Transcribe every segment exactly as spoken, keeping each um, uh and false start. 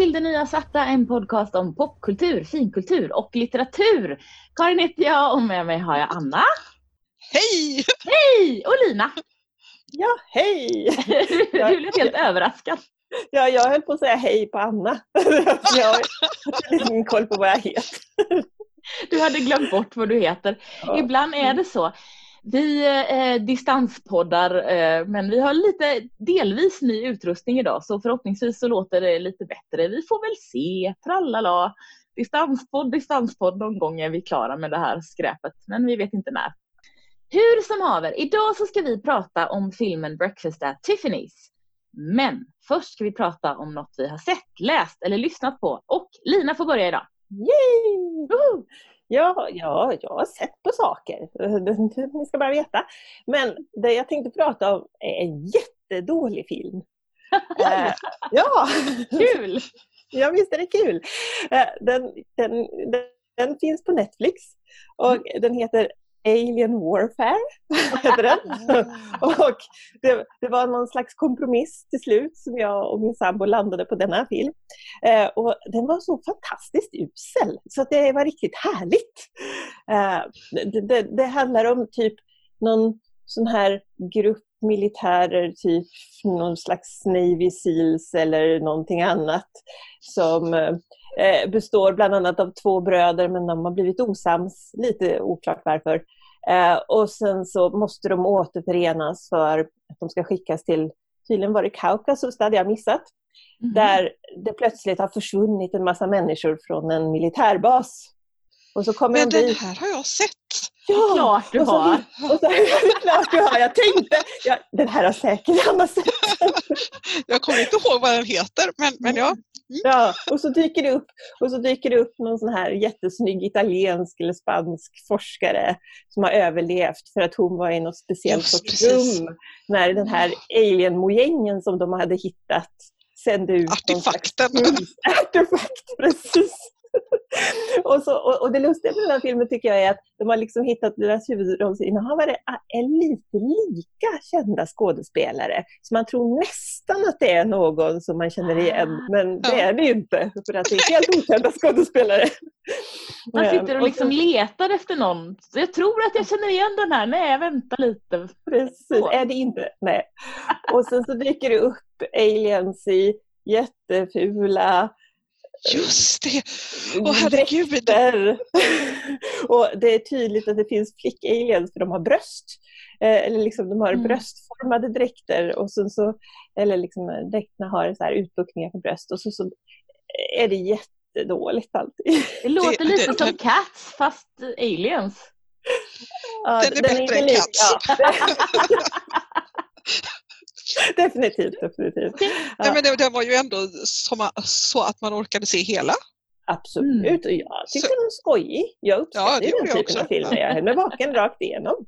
till Det Nya Svarta, en podcast om popkultur, finkultur och litteratur. Karin heter jag och med mig har jag Anna. Hej! Hej! Och Lina. Ja, hej! Du, du blev helt överraskad. Ja, jag höll på att säga hej på Anna. Jag har ingen koll på vad jag heter. Du hade glömt bort vad du heter. Ja. Ibland är det så. Vi eh, distanspoddar, eh, men vi har lite delvis ny utrustning idag, så förhoppningsvis så låter det lite bättre. Vi får väl se, trallala. Distanspodd, distanspodd, någon gång är vi klara med det här skräpet, men vi vet inte när. Hur som haver, idag så ska vi prata om filmen Breakfast at Tiffany's. Men först ska vi prata om något vi har sett, läst eller lyssnat på. Och Lina får börja idag. Yay! Woho! Ja, ja, jag har sett på saker. Ni ska bara veta. Men det jag tänkte prata om är en jättedålig film. uh, ja! Kul! Ja, visst är det kul. Uh, den, den, den, den finns på Netflix. Och mm. den heter Alien Warfare. heter den. Och det, det var någon slags kompromiss till slut som jag och min sambo landade på denna film. Eh, och den var så fantastiskt usel så att det var riktigt härligt. Eh, det, det, det handlar om typ någon sån här grupp militärer, typ någon slags Navy Seals eller någonting annat som eh, består bland annat av två bröder, men de har blivit osams, lite oklart varför. Eh, och sen så måste de återförenas för att de ska skickas till, tydligen var det Kaukasus, det hade jag missat, mm-hmm. där det plötsligt har försvunnit en massa människor från en militärbas. Och så kommer men de den dit. här har jag sett. Ja, klart du och så, har. Och så, klart du har. Jag tänkte, ja, den här har säkert Anna sett. Jag kommer inte ihåg vad den heter, men, men ja. Mm. Ja, och så dyker det upp och så dyker det upp någon sån här jättesnygg italiensk eller spansk forskare som har överlevt för att hon var i något speciellt sorts rum när den här alien-mojängen som de hade hittat sände ut artefakten. Artefakt, precis. och, så, och, och det lustiga med den här filmen tycker jag är att de har liksom hittat deras huvudrollsinnehavare är lite lika kända skådespelare. Så man tror nästan att det är någon som man känner igen, men det är det ju inte för att det är helt okända skådespelare. Man sitter och liksom letar efter någon. Så jag tror att jag känner igen den här. Nej, vänta lite. Precis, så. Är det inte? Nej. Och sen så dyker det upp aliens i jättefula just det! Åh herregud! Och det är tydligt att det finns flick-aliens för de har bröst. Eh, eller liksom de har mm. bröstformade dräkter. Och sen så, eller liksom dräkterna har så här utbuktningar på bröst. Och så, så är det jättedåligt alltid. Det låter det, lite det, som det, Cats fast aliens. Ja, den är den bättre är än Cats. Ja. Definitivt, definitivt. Ja. Nej, men det, det var ju ändå som, så att man orkade se hela. Absolut, och jag tyckte den var skojig. Jag uppskattar ja, den typen också. Av filmer. Jag höll mig vaken rakt igenom.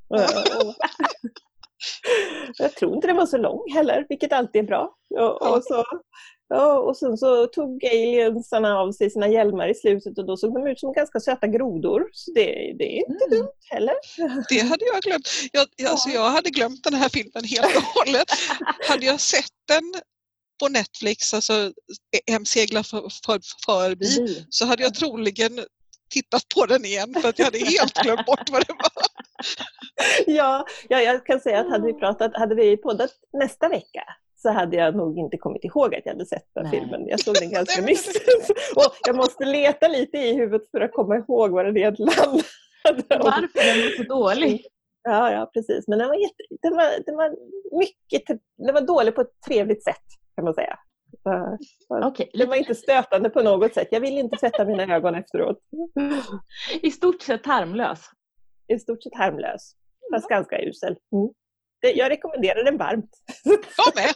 Jag tror inte det var så lång heller, vilket alltid är bra. Och, och, så, och sen så tog aliensarna av sig sina hjälmar i slutet och då såg de ut som ganska söta grodor. Så det, det är inte mm. dumt heller. Det hade jag glömt. Jag, alltså jag hade glömt den här filmen helt och hållet. Hade jag sett den på Netflix, alltså hemsegla för, för, förbi, mm. så hade jag troligen tittat på den igen för att jag hade helt glömt bort vad det var. Ja, ja, jag kan säga att hade vi pratat, hade vi poddat nästa vecka så hade jag nog inte kommit ihåg att jag hade sett den Nej. filmen. Jag såg den ganska nyss. Och jag måste leta lite i huvudet för att komma ihåg vad den egentligen handlade om. Varför den var så dålig? Ja, ja, precis. Men den var, jätte, den var, den var mycket, den var dålig på ett trevligt sätt kan man säga. Okay. Det var inte stötande på något sätt. Jag vill inte tvätta mina ögon efteråt. I stort sett harmlös. I stort sett harmlös. Fast mm. ganska usel. Mm. Jag rekommenderar den varmt. Jag med.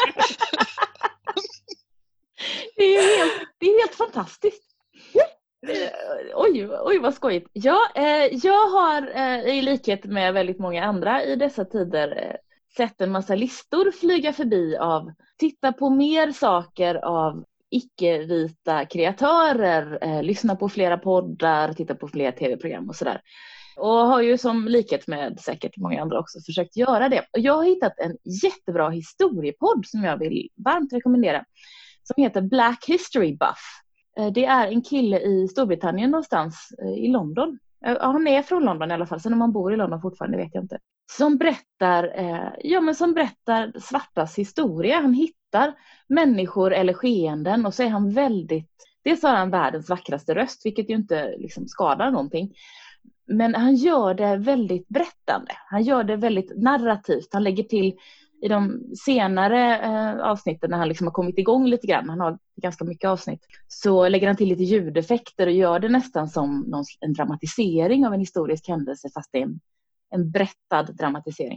Det är helt, det är helt fantastiskt. Ja. Oj, oj vad skojigt. Ja, eh, jag har eh, i likhet med väldigt många andra i dessa tider eh, sett en massa listor flyga förbi av titta på mer saker av icke-vita kreatörer, eh, lyssna på flera poddar, titta på fler tv-program och sådär. Och har ju som likhet med säkert många andra också försökt göra det. Och jag har hittat en jättebra historiepodd som jag vill varmt rekommendera. som heter Black History Buff. Det är en kille i Storbritannien någonstans, i London. Han är från London i alla fall, sen om man bor i London fortfarande vet jag inte. Som berättar, ja, men som berättar svartas historia. Han hittar människor eller skeenden och så är han väldigt, dels har han världens vackraste röst, vilket ju inte liksom skadar någonting. Men han gör det väldigt berättande. Han gör det väldigt narrativt. Han lägger till i de senare eh, avsnitten när han liksom har kommit igång lite grann. Han har ganska mycket avsnitt. Så lägger han till lite ljudeffekter och gör det nästan som någon, en dramatisering av en historisk händelse. Fast det är en, en berättad dramatisering.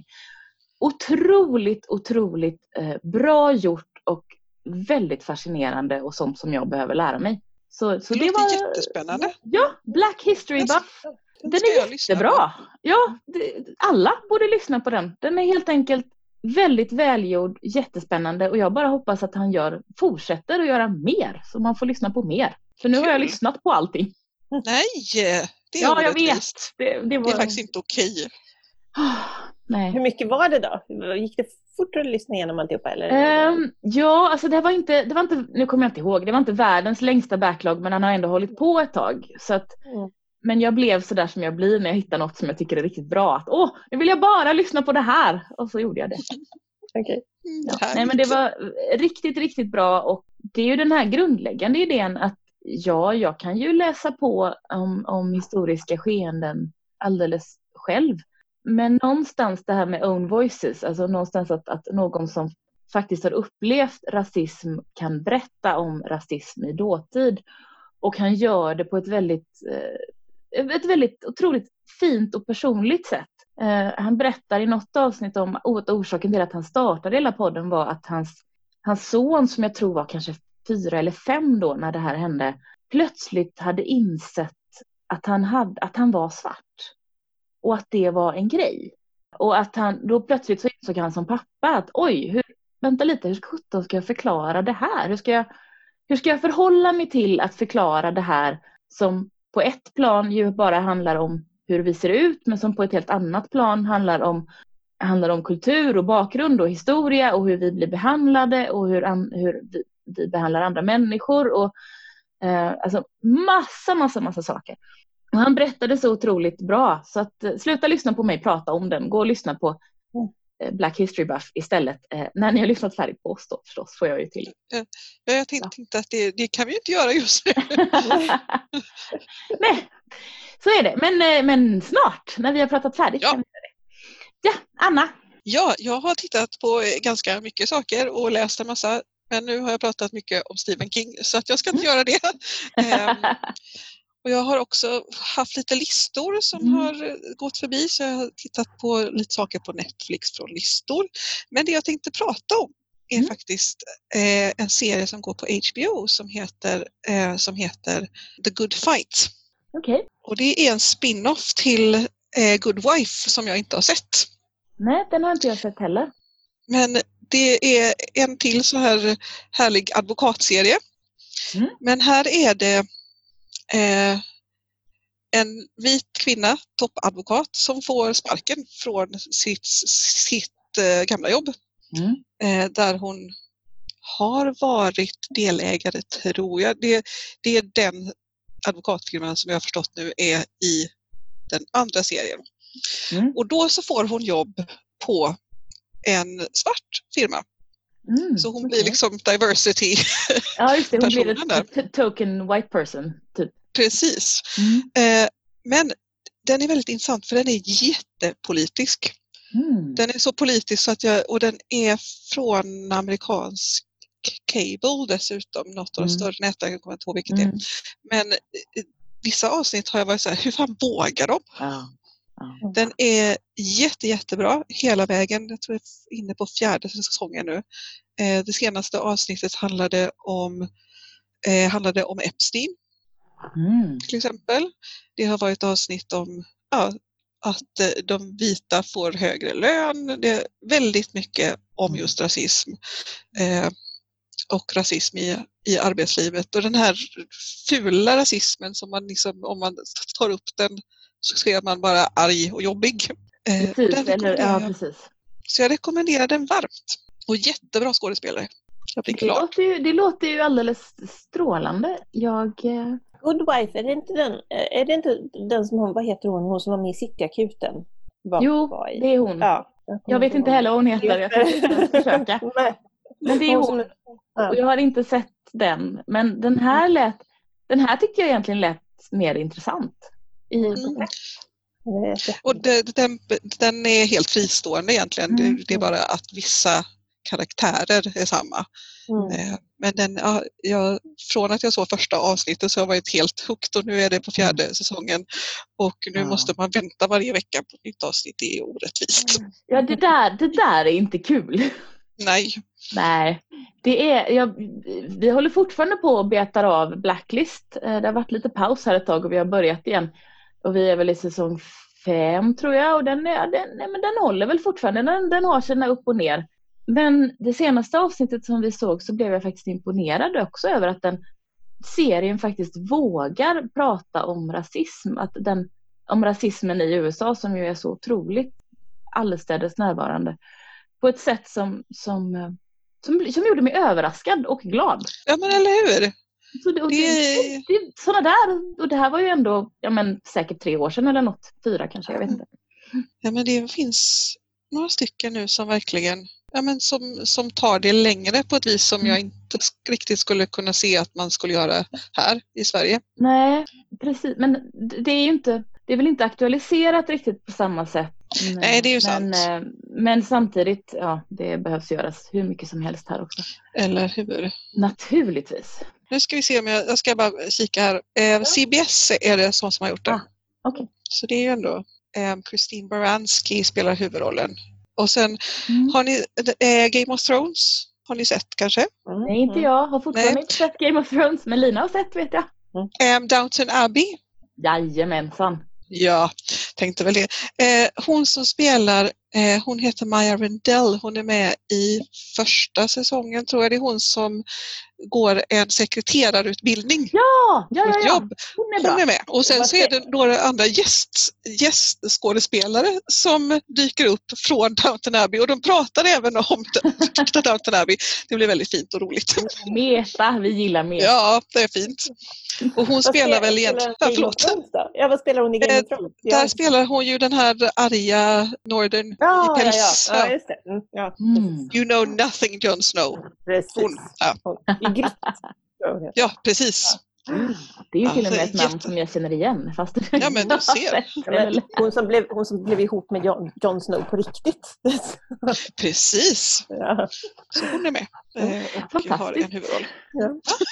Otroligt, otroligt eh, bra gjort och väldigt fascinerande och sånt som jag behöver lära mig. Så, så det, det var jättespännande. Ja, Black History Buff. Den är jättebra. Ja, det, alla borde lyssna på den. Den är helt enkelt väldigt välgjord, jättespännande och jag bara hoppas att han gör, fortsätter att göra mer så man får lyssna på mer. För nu Kul. har jag lyssnat på allting. Nej, det är ja, jag vet. Det, det, var... det är faktiskt inte okej. Oh, nej. Hur mycket var det då? Gick det fort att lyssna igenom alltihopa? Eller? Um, ja, alltså det var inte, det var inte, nu kommer jag inte ihåg, det var inte världens längsta backlog men han har ändå hållit på ett tag. Så att, mm. Men jag blev så där som jag blir när jag hittar något som jag tycker är riktigt bra. Att, åh, nu vill jag bara lyssna på det här. Och så gjorde jag det. Okay. Ja. Nej, men det var riktigt, riktigt bra. Och det är ju den här grundläggande idén att ja, jag kan ju läsa på om, om historiska skeenden alldeles själv. Men någonstans det här med own voices, alltså någonstans att, att någon som faktiskt har upplevt rasism kan berätta om rasism i dåtid. Och han gör det på ett väldigt... Eh, ett väldigt otroligt fint och personligt sätt. Eh, han berättar i något avsnitt om att orsaken till att han startade hela podden var att hans, hans son, som jag tror var kanske fyra eller fem då när det här hände, plötsligt hade insett att han, hade, att han var svart. Och att det var en grej. Och att han då plötsligt så insåg han som pappa att oj, hur, vänta lite, hur ska, ska jag förklara det här? Hur ska jag, hur ska jag förhålla mig till att förklara det här som på ett plan ju bara handlar om hur vi ser ut, men som på ett helt annat plan handlar om, handlar om kultur och bakgrund och historia och hur vi blir behandlade och hur, an, hur vi, vi behandlar andra människor och eh, alltså massa, massa, massa saker. Och han berättade så otroligt bra så att eh, sluta lyssna på mig prata om den. Gå och lyssna på eh, Black History Buff istället. Eh, när ni har lyssnat färdigt på oss då förstås får jag ju till. Ja, jag tänkte ja. att det, det kan vi ju inte göra just nu. Nej, så är det. Men, men snart när vi har pratat färdigt ja. kan vi göra det. Ja, Anna. Ja, jag har tittat på ganska mycket saker och läst en massa. Men nu har jag pratat mycket om Stephen King så att jag ska inte mm. göra det. um, och jag har också haft lite listor som mm. har gått förbi så jag har tittat på lite saker på Netflix från listor. Men det jag tänkte prata om är mm. faktiskt eh, en serie som går på H B O som heter, eh, som heter The Good Fight. Okay. Och det är en spin-off till eh, Good Wife som jag inte har sett. Nej, den har inte jag sett heller. Men det är en till så här härlig advokatserie. Mm. Men här är det eh, en vit kvinna, toppadvokat, som får sparken från sitt, sitt eh, gamla jobb. Mm. Eh, där hon har varit delägare, tror jag. Det, det är den advokatfirman som jag har förstått nu är i den andra serien. Mm. Och då så får hon jobb på en svart firma. Mm, så hon okay. blir liksom diversity. Ja, just det. Hon blir en t- token white person. Typ. Precis. Mm. Eh, men den är väldigt intressant för den är jättepolitisk. Mm. Den är så politisk så att jag, och den är från amerikansk cable dessutom, något av de mm. större näten, jag kommer inte ihåg vilket mm. det är. Men eh, vissa avsnitt har jag varit så här, hur fan vågar de? Ja. Ja. Den är jätte, jättebra hela vägen. Jag tror jag är inne på fjärde säsongen nu. Eh, det senaste avsnittet handlade om, eh, handlade om Epstein. Mm. Till exempel. Det har varit avsnitt om ja, att eh, de vita får högre lön. Det är väldigt mycket om just rasism. Eh, och rasism i, i arbetslivet. Och den här fula rasismen som man liksom, om man tar upp den så ser man bara arg och jobbig. Precis, eller, ja, precis. Så jag rekommenderar den varmt. Och jättebra skådespelare. Jag blir Det glad. låter ju, det låter ju alldeles strålande. Jag... Good Wife, är det inte den, är det inte den som hon, vad heter hon, hon som var med i Cityakuten? Var, Jo, var i. det är hon. Ja, jag jag vet inte heller vad hon heter, jag kan inte ens försöka. Men det är hon. Ja. Och jag har inte sett den. Men den här lät, den här tycker jag egentligen lät mer intressant. I mm. Och det, den, den är helt fristående egentligen. Mm. Det, det är bara att vissa karaktärer är samma. Mm. Men den, ja, jag, från att jag såg första avsnittet så har jag varit helt hooked och nu är det på fjärde mm. säsongen. Och nu ja. måste man vänta varje vecka på ett nytt avsnitt. Det är orättvist. Ja, det där, det där är inte kul. Nej. Nej. Det är, jag, vi håller fortfarande på att betar av Blacklist. Det har varit lite paus här ett tag och vi har börjat igen. Och vi är väl i säsong fem tror jag. Och den, är, den, nej, men den håller väl fortfarande. Den, den har sina upp och ner. Men det senaste avsnittet som vi såg så blev jag faktiskt imponerad också över att den serien faktiskt vågar prata om rasism. Att den, om rasismen i U S A som ju är så otroligt allestädes närvarande. På ett sätt som, som, som, som gjorde mig överraskad och glad. Ja men eller hur? Så det, och det, det, det, sådana där, och det här var ju ändå ja, men, säkert tre år sedan eller något, fyra kanske, jag vet inte. Ja men det finns några stycken nu som verkligen ja, men som, som tar det längre på ett vis som mm. jag inte riktigt skulle kunna se att man skulle göra här i Sverige. Nej, precis. Men det är ju inte, det är väl inte aktualiserat riktigt på samma sätt. Men, Nej, det är ju men, sant. Men samtidigt, ja, det behövs göras hur mycket som helst här också. Eller hur? Naturligtvis. Nu ska vi se om jag, jag ska bara kika här. Eh, C B S är det som, som har gjort det. Ah, okay. Så det är ju ändå eh, Christine Baranski spelar huvudrollen. Och sen mm. har ni eh, Game of Thrones. Har ni sett kanske? Mm. Nej, inte jag. Har fortfarande Nej. inte sett Game of Thrones. Men Lina har sett, vet jag. Mm. Eh, Downton Abbey. Jajamensan. Ja, tänkte väl det. Eh, hon som spelar, eh, hon heter Maya Rendell. Hon är med i första säsongen, tror jag. Det är hon som går en sekreterarutbildning. Ja, ja, ja, ja. Jobb. Hon, är, hon är med. Och sen så är det några andra gäst, gästskådespelare som dyker upp från Downton Abbey. Och de pratar även om Downton Abbey. Det blir väldigt fint och roligt. Meta, vi gillar meta. Ja, det är fint. Och hon spelar väl egentligen... Ja, förlåt. Ja, vad spelar hon i Game of Thrones? Där ja. spelar hon ju den här arga Northern ja, i päls. Ja, ja. ja, just det. Mm, ja. Mm. You know nothing, Jon Snow. Precis. Hon, ja. ja, precis. Mm. Det är ju till och med ett namn som jag känner igen. Fast ja, men du ser. Hon som blev, hon som blev ihop med Jon, Jon Snow på riktigt. Precis. Ja. Så hon är med. Och har en huvudroll. Ja.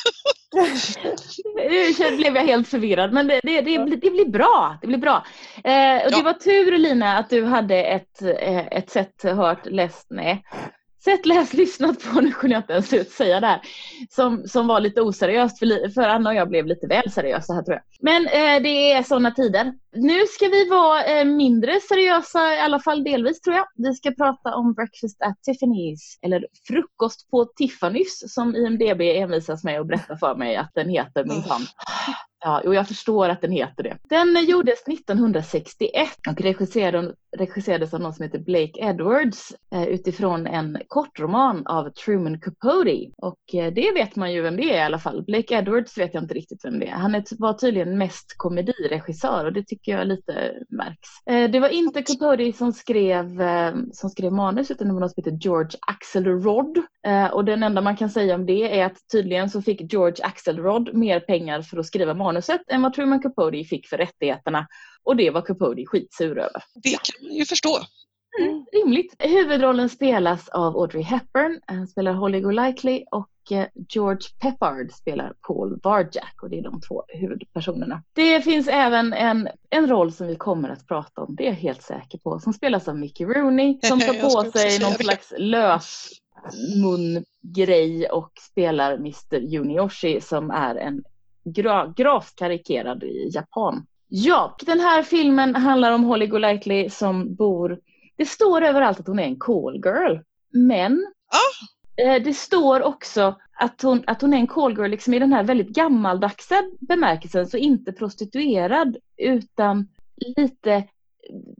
Nu blev jag helt förvirrad. Men det, det, det, det blir bra. Det blir bra. Eh, och ja. Det var tur, Lina, att du hade ett, ett sätt hört, läst, nej. Sett, läst, lyssnat på, nu kunde jag inte ens ut säga det här, som, som var lite oseriöst, för, för Anna och jag blev lite väl seriösa här tror jag. Men eh, det är sådana tider. Nu ska vi vara eh, mindre seriösa, i alla fall delvis tror jag. Vi ska prata om Breakfast at Tiffany's, eller Frukost på Tiffany's, som I M D B envisas med att berätta för mig att den heter minsann. Ja, och jag förstår att den heter det. Den gjordes nittonhundrasextioett och regisserades, regisserades av någon som heter Blake Edwards eh, utifrån en kortroman av Truman Capote. Och eh, det vet man ju vem det är i alla fall. Blake Edwards vet jag inte riktigt vem det är. Han är, var tydligen mest komediregissör och det tycker jag lite märks. Eh, det var inte Capote som skrev, eh, som skrev manus utan det var någon som heter George Axelrod. Eh, och den enda man kan säga om det är att tydligen så fick George Axelrod mer pengar för att skriva manus än vad Truman Capote fick för rättigheterna. Och det var Capote skitsur över. Det kan man ju förstå. Mm, rimligt. Huvudrollen spelas av Audrey Hepburn. Han spelar Holly Golightly och George Peppard spelar Paul Varjak. Och det är de två huvudpersonerna. Det finns även en, en roll som vi kommer att prata om. Det är jag helt säker på. Som spelas av Mickey Rooney. Som tar på sig någon slags lös mungrej och spelar mister Juniyoshi som är en Gra- gravt karikerad i Japan. Ja, den här filmen handlar om Holly Golightly som bor... Det står överallt att hon är en call girl. Men ah. eh, det står också att hon, att hon är en call girl liksom i den här väldigt gammaldagsa bemärkelsen. Så inte prostituerad utan lite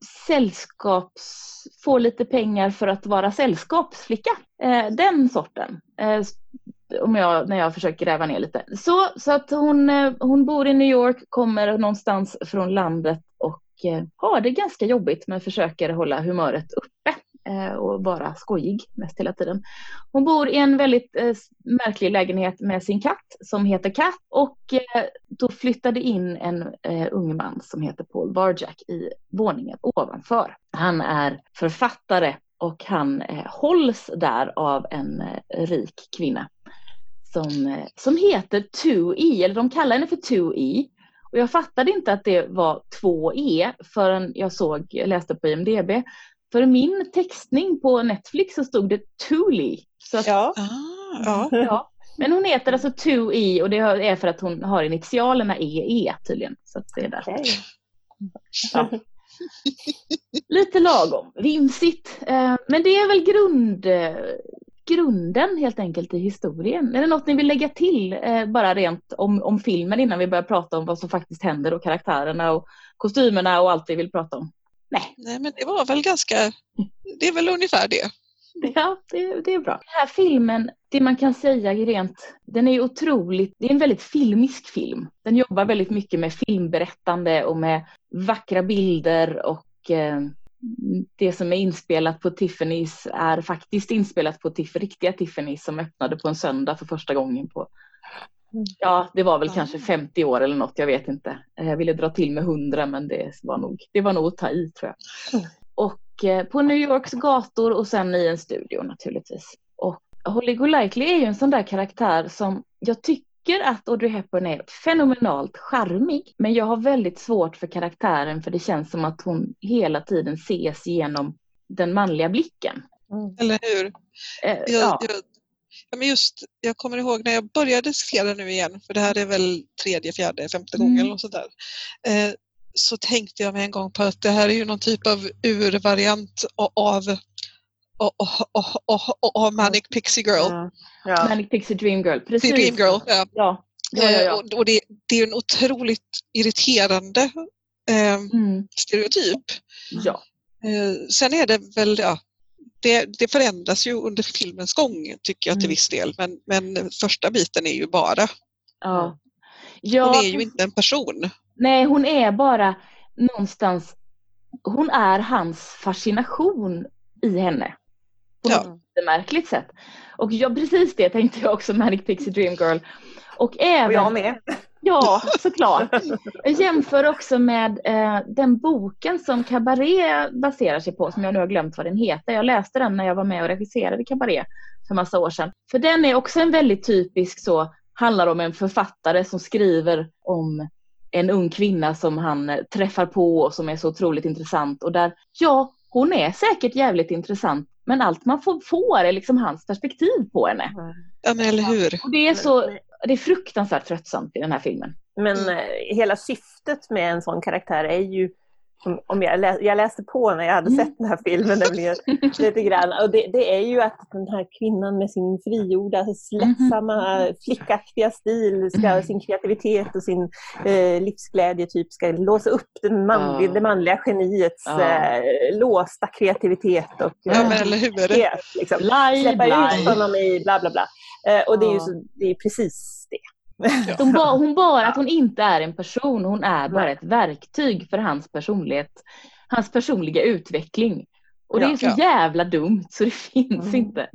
sällskaps, få lite pengar för att vara sällskapsflicka. Eh, den sorten. Eh, om jag, när jag försöker gräva ner lite. Så, så att hon, eh, hon bor i New York, kommer någonstans från landet och eh, har det ganska jobbigt men försöker hålla humöret uppe. Och vara skojig mest hela tiden. Hon bor i en väldigt eh, märklig lägenhet med sin katt som heter Cat. Och eh, då flyttade in en eh, ung man som heter Paul Barjack i våningen ovanför. Han är författare och han eh, hålls där av en eh, rik kvinna som, eh, som heter två E, eller de kallar henne för två E. Och jag fattade inte att det var två E förrän jag såg, jag läste på I M D B. För min textning på Netflix så stod det Thule. Så att, Ja. Ah, ja. ja. Men hon heter alltså två E och det är för att hon har initialerna E E tydligen. Så att det är där. Okay. Ja. Lite lagom, vimsigt. Men det är väl grund, grunden helt enkelt i historien. Är det något ni vill lägga till bara rent om, om filmen innan vi börjar prata om vad som faktiskt händer och karaktärerna och kostymerna och allt vi vill prata om? Nej. Nej, men det var väl ganska, det är väl ungefär det. Ja, det, det är bra. Den här filmen, det man kan säga rent, den är otroligt, det är en väldigt filmisk film. Den jobbar väldigt mycket med filmberättande och med vackra bilder och eh, det som är inspelat på Tiffany's är faktiskt inspelat på Tiff, riktiga Tiffany's som öppnade på en söndag för första gången på, ja, det var väl ja. kanske femtio år eller något, jag vet inte. Jag ville dra till med hundra men det var nog, det var nog att ta i tror jag. Mm. Och eh, på New Yorks gator och sen i en studio naturligtvis. Och Holly Golightly är ju en sån där karaktär som jag tycker att Audrey Hepburn är fenomenalt charmig. Men jag har väldigt svårt för karaktären för det känns som att hon hela tiden ses genom den manliga blicken. Mm. Eller hur? Eh, jag, ja. jag, ja, men just, jag kommer ihåg när jag började se det nu igen, för det här är väl tredje, fjärde, femte mm. gången och sådär. Eh, så tänkte jag med en gång på att det här är ju någon typ av urvariant av, av, av, av, av Manic Pixie Girl. Ja. Ja. Manic Pixie Dream Girl, precis. Dream Girl, ja. ja. ja, ja, ja. Och, och det, det är en otroligt irriterande eh, mm. stereotyp. Ja. Eh, sen är det väl, ja, det, det förändras ju under filmens gång tycker jag till viss del. Men, men första biten är ju bara. Ja. Ja. Hon är ju inte en person. Nej, hon är bara någonstans, hon är hans fascination i henne. På ja. något märkligt sätt. Och jag, precis det tänkte jag också, Manic Pixie Dream Girl. Och, även, och jag med. Ja, såklart. Jag jämför också med eh, den boken som Cabaret baserar sig på, som jag nu har glömt vad den heter. Jag läste den när jag var med och regisserade Cabaret för massa år sedan. För den är också en väldigt typisk så, handlar om en författare som skriver om en ung kvinna som han träffar på och som är så otroligt intressant. Och där, ja, hon är säkert jävligt intressant, men allt man får, får är liksom hans perspektiv på henne. Ja, men eller hur? Och det är så, det är fruktansvärt tröttsamt i den här filmen. Men mm. hela syftet med en sån karaktär är ju, om jag, läs, jag läste på när jag hade mm. sett den här filmen nämligen, lite grann, och det, det är ju att den här kvinnan med sin frigjorda, slättsamma, mm. flickaktiga stil, ska, mm. sin kreativitet och sin eh, livsglädje typ ska låsa upp den manliga, oh. det manliga geniets oh. eh, låsta kreativitet och ja, men, eller hur? Helt, liksom, släppa ut honom i bla bla bla. Eh, och det är ju så, det är precis det. Hon, ba, hon bara att hon inte är en person, hon är bara ett verktyg för hans personlighet, hans personliga utveckling. Och det är så jävla dumt så det finns mm. inte.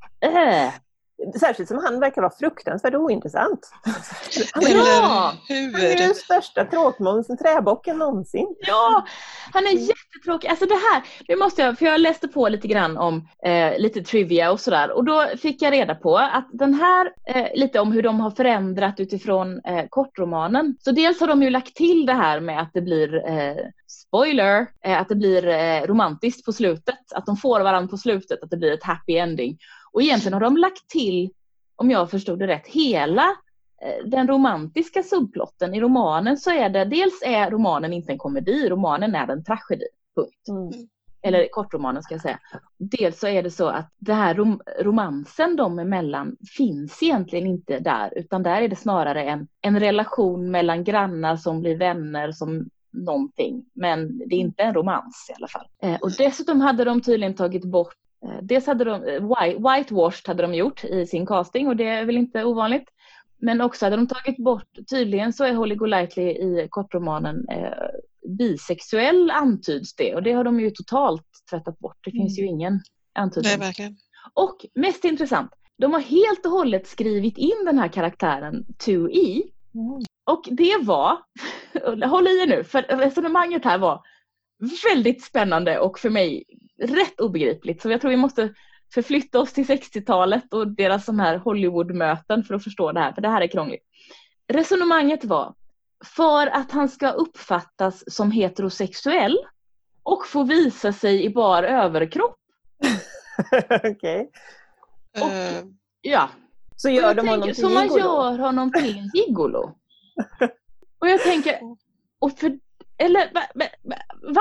Äh. Särskilt som han verkar vara fruktansvärt ointressant. Han är, ja, han är den största tråkmånsen, träbocken någonsin. Ja, han är jättetråkig. Alltså det här, det måste jag, för jag läste på lite grann om eh, lite trivia och sådär. Och då fick jag reda på att den här, eh, lite om hur de har förändrat utifrån eh, kortromanen. Så dels har de ju lagt till det här med att det blir, eh, spoiler, eh, att det blir eh, romantiskt på slutet. Att de får varandra på slutet, att det blir ett happy ending. Och egentligen har de lagt till, om jag förstod det rätt, hela eh, den romantiska subplotten. I romanen så är det, dels är romanen inte en komedi, romanen är en tragedi, punkt. Mm. Eller kortromanen ska jag säga. Dels så är det så att det här rom- romansen de emellan finns egentligen inte där, utan där är det snarare en, en relation mellan grannar som blir vänner, som någonting. Men det är inte en romans i alla fall. Eh, och dessutom hade de tydligen tagit bort, eh, dels hade de, white, whitewashed hade de gjort i sin casting och det är väl inte ovanligt. Men också hade de tagit bort, tydligen så är Holly Golightly i kortromanen eh, bisexuell antyds det. Och det har de ju totalt tvättat bort. Det finns mm. ju ingen antydning. Nej, verkligen. Och mest intressant, de har helt och hållet skrivit in den här karaktären två E. Mm. Och det var, håll i er nu, för resonemanget här var väldigt spännande och för mig rätt obegripligt. Så jag tror vi måste förflytta oss till sextiotalet och deras sån här Hollywood-möten för att förstå det här, för det här är krångligt. Resonemanget var, för att han ska uppfattas som heterosexuell och få visa sig i bar överkropp. Okej. Okay. Uh. Ja. Så gör de honom tänker, till så man gigolo? gör honom till en gigolo. Och jag tänker, och för, eller, va? va, va?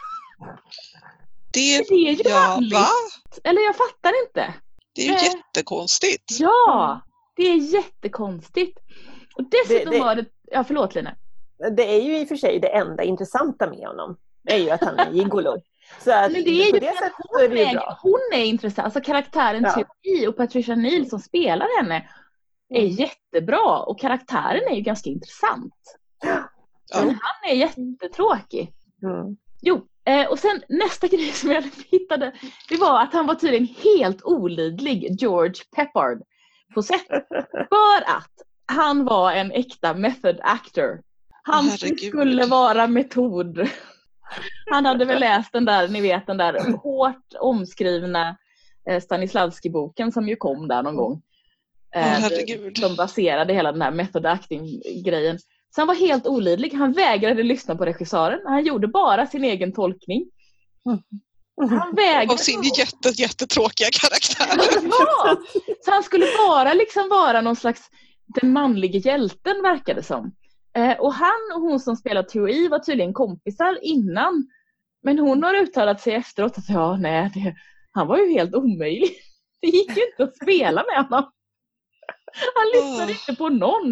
Det, det är ju ja, vanligt. Va? Eller jag fattar inte. Det är ju eh, jättekonstigt. Ja, det är jättekonstigt. Och dessutom det, det, var det, ja förlåt Lina. Det är ju i och för sig det enda intressanta med honom. Det är ju att han är gigolo. Så att men det är på ju det sättet hon, är det ju är, bra. hon är intressant. Alltså karaktären ja. Teori och Patricia Neal som spelar henne är mm. jättebra. Och karaktären är ju ganska intressant. Ja. Men han är jättetråkig. Mm. Jo, eh, och sen nästa grej som jag hittade, det var att han var tydligen helt olidlig, George Peppard, på sätt. För att han var en äkta method actor. Han Herregud. skulle vara metod. Han hade väl läst den där, ni vet den där hårt omskrivna eh, Stanislavski-boken som ju kom där någon gång. Eh, oh, som baserade hela den här method acting-grejen. Så han var helt olidlig. Han vägrade lyssna på regissören. Han gjorde bara sin egen tolkning. Han vägrade... Och sin jätte, jättetråkiga karaktär. Ja! Så han skulle bara liksom vara någon slags den manliga hjälten verkade som. Eh, och han och hon som spelar Teori var tydligen kompisar innan. Men hon har uttalat sig efteråt att ja, nej, det, han var ju helt omöjlig. Det gick ju inte att spela med honom. Han lyssnade oh. inte på någon.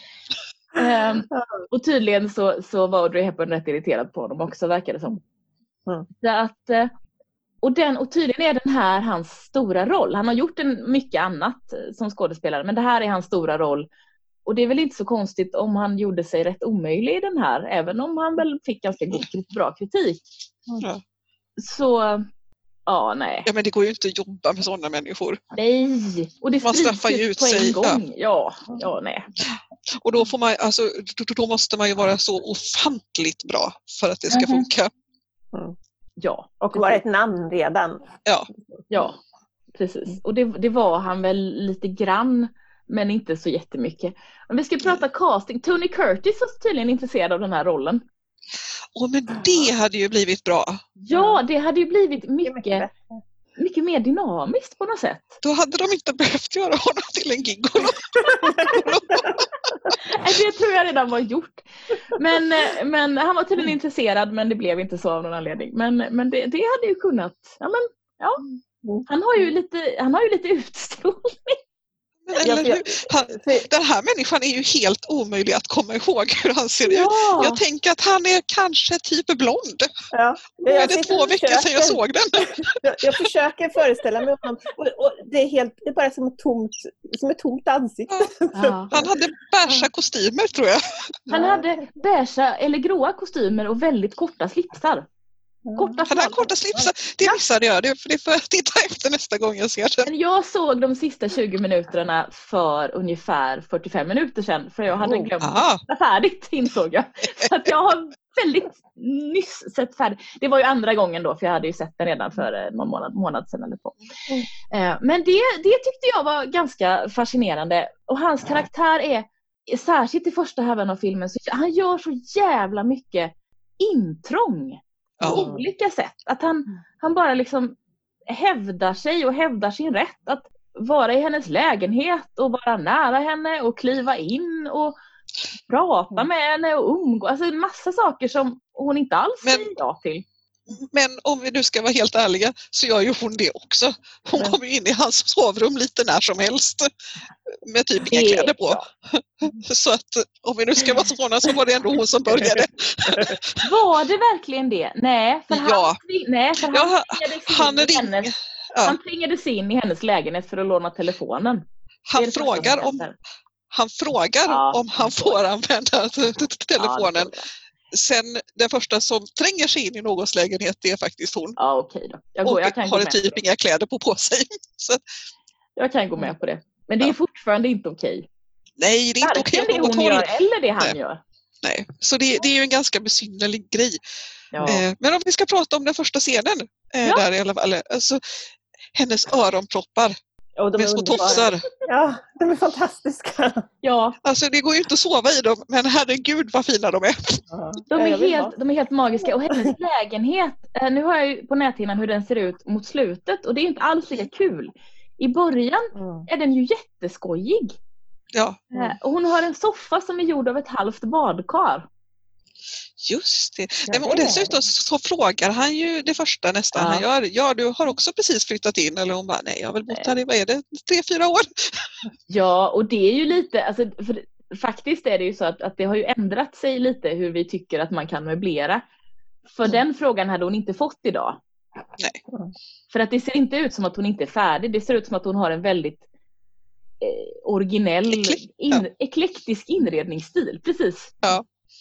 Um, och tydligen så, så var Audrey Hepburn rätt irriterad på honom också, verkade det som. Mm. Så att, och, den, och tydligen är den här hans stora roll. Han har gjort en mycket annat som skådespelare, men det här är hans stora roll. Och det är väl inte så konstigt om han gjorde sig rätt omöjlig i den här, även om han väl fick ganska god, bra kritik. Mm. Så, ja, nej. Ja, men det går ju inte att jobba med sådana människor. Nej, och det man straffar ju ut på en sig. gång. Ja, ja, nej. Och då får man, alltså, då, då måste man ju vara så ofantligt bra för att det ska mm-hmm. funka. Mm. Ja. Och vara ett namn redan. Ja. Ja, precis. Och det, det var han väl lite grann, men inte så jättemycket. Om vi ska prata mm. casting, Tony Curtis var tydligen intresserad av den här rollen. Åh, men det hade ju blivit bra. Ja, det hade ju blivit mycket, mycket mer dynamiskt på något sätt. Då hade de inte behövt göra honom till en gigolo. Det tror jag redan var gjort. Men, men han var tydligen intresserad, men det blev inte så av någon anledning. Men, men det, det hade ju kunnat. Ja, men, ja. Han har ju lite, han har ju lite utstrålning. Eller hur? Han, den här människan är ju helt omöjlig att komma ihåg hur han ser ja. ut. Jag tänker att han är kanske typ blond. Ja. Nu är det två veckor sedan jag såg den. Jag, jag försöker föreställa mig honom. Och, och det, är helt, det är bara som ett tomt, som ett tomt ansikte. Ja. Ja. Han hade beiga kostymer, tror jag. Han hade beiga eller gråa kostymer och väldigt korta slipsar. Korta han har korta slipsar. Det missade jag. Det, för det får jag titta efter nästa gång jag ser den. Jag såg de sista tjugo minuterna för ungefär fyrtiofem minuter sedan. För jag hade glömt oh. att färdigt, insåg jag. Så att jag har väldigt nyss sett färdigt. Det var ju andra gången då, för jag hade ju sett den redan för någon månad, månad sedan eller två. Mm. Men det, det tyckte jag var ganska fascinerande. Och hans karaktär är, särskilt i första halvan av filmen, så han gör så jävla mycket intrång. På oh. olika sätt. Att han, han bara liksom hävdar sig och hävdar sin rätt att vara i hennes lägenhet och vara nära henne och kliva in och prata med henne och umgå. Alltså en massa saker som hon inte alls säger ja till. Men om vi nu ska vara helt ärliga så gör ju hon det också. Hon Mm. kommer in i hans sovrum lite när som helst med typ inga kläder på. Ja. Så att om vi nu ska vara sådana så var det ändå hon som började. Var det verkligen det? Nej, för han, Ja. nej, för han, Ja, han, tvingades in i ring, hennes, ja. han tvingades in i hennes lägenhet för att låna telefonen. Han det frågar om han frågar ja, om han får använda telefonen. Ja, Sen den första som tränger sig in i någons lägenhet, det är faktiskt hon. Ja, okej då. Jag, går, och jag kan har gå typ med inga kläder på, på sig. Så. Jag kan gå med på det. Men det är Ja. fortfarande inte okej. Nej, det är inte okej Varken det hon gör eller det han Nej. gör. Nej, så det, det är ju en ganska besynnerlig grej. Ja. Eh, men om vi ska prata om den första scenen, eh, Ja. där i alla fall. Alltså, hennes öronproppar Och de med är små underbara. tofsar. Ja, de är fantastiska. Ja, Alltså det går ju inte att sova i dem, men herregud vad fina de är. Ja. de Ja, är, jag vill helt, ha. de är helt magiska. Och hennes lägenhet, eh, nu har jag ju på näthinnan hur den ser ut mot slutet. Och det är inte alls lika kul. I början Mm. är den ju jätteskojig. Ja, Mm. Eh, och hon har en soffa som är gjord av ett halvt badkar. just det. Ja, Nej, men, och det är dessutom så, så frågar han ju det första nästan Ja. han gör. Ja, du har också precis flyttat in. Eller hon bara, nej jag har väl bott här i, vad är det, tre, fyra år? Ja, och det är ju lite, alltså, för, faktiskt är det ju så att, att det har ju ändrat sig lite hur vi tycker att man kan möblera. För Mm. den frågan hade hon inte fått idag. Nej. För att det ser inte ut som att hon inte är färdig. Det ser ut som att hon har en väldigt eh, originell, Eklek- in, ja. eklektisk inredningsstil. Precis. Ja.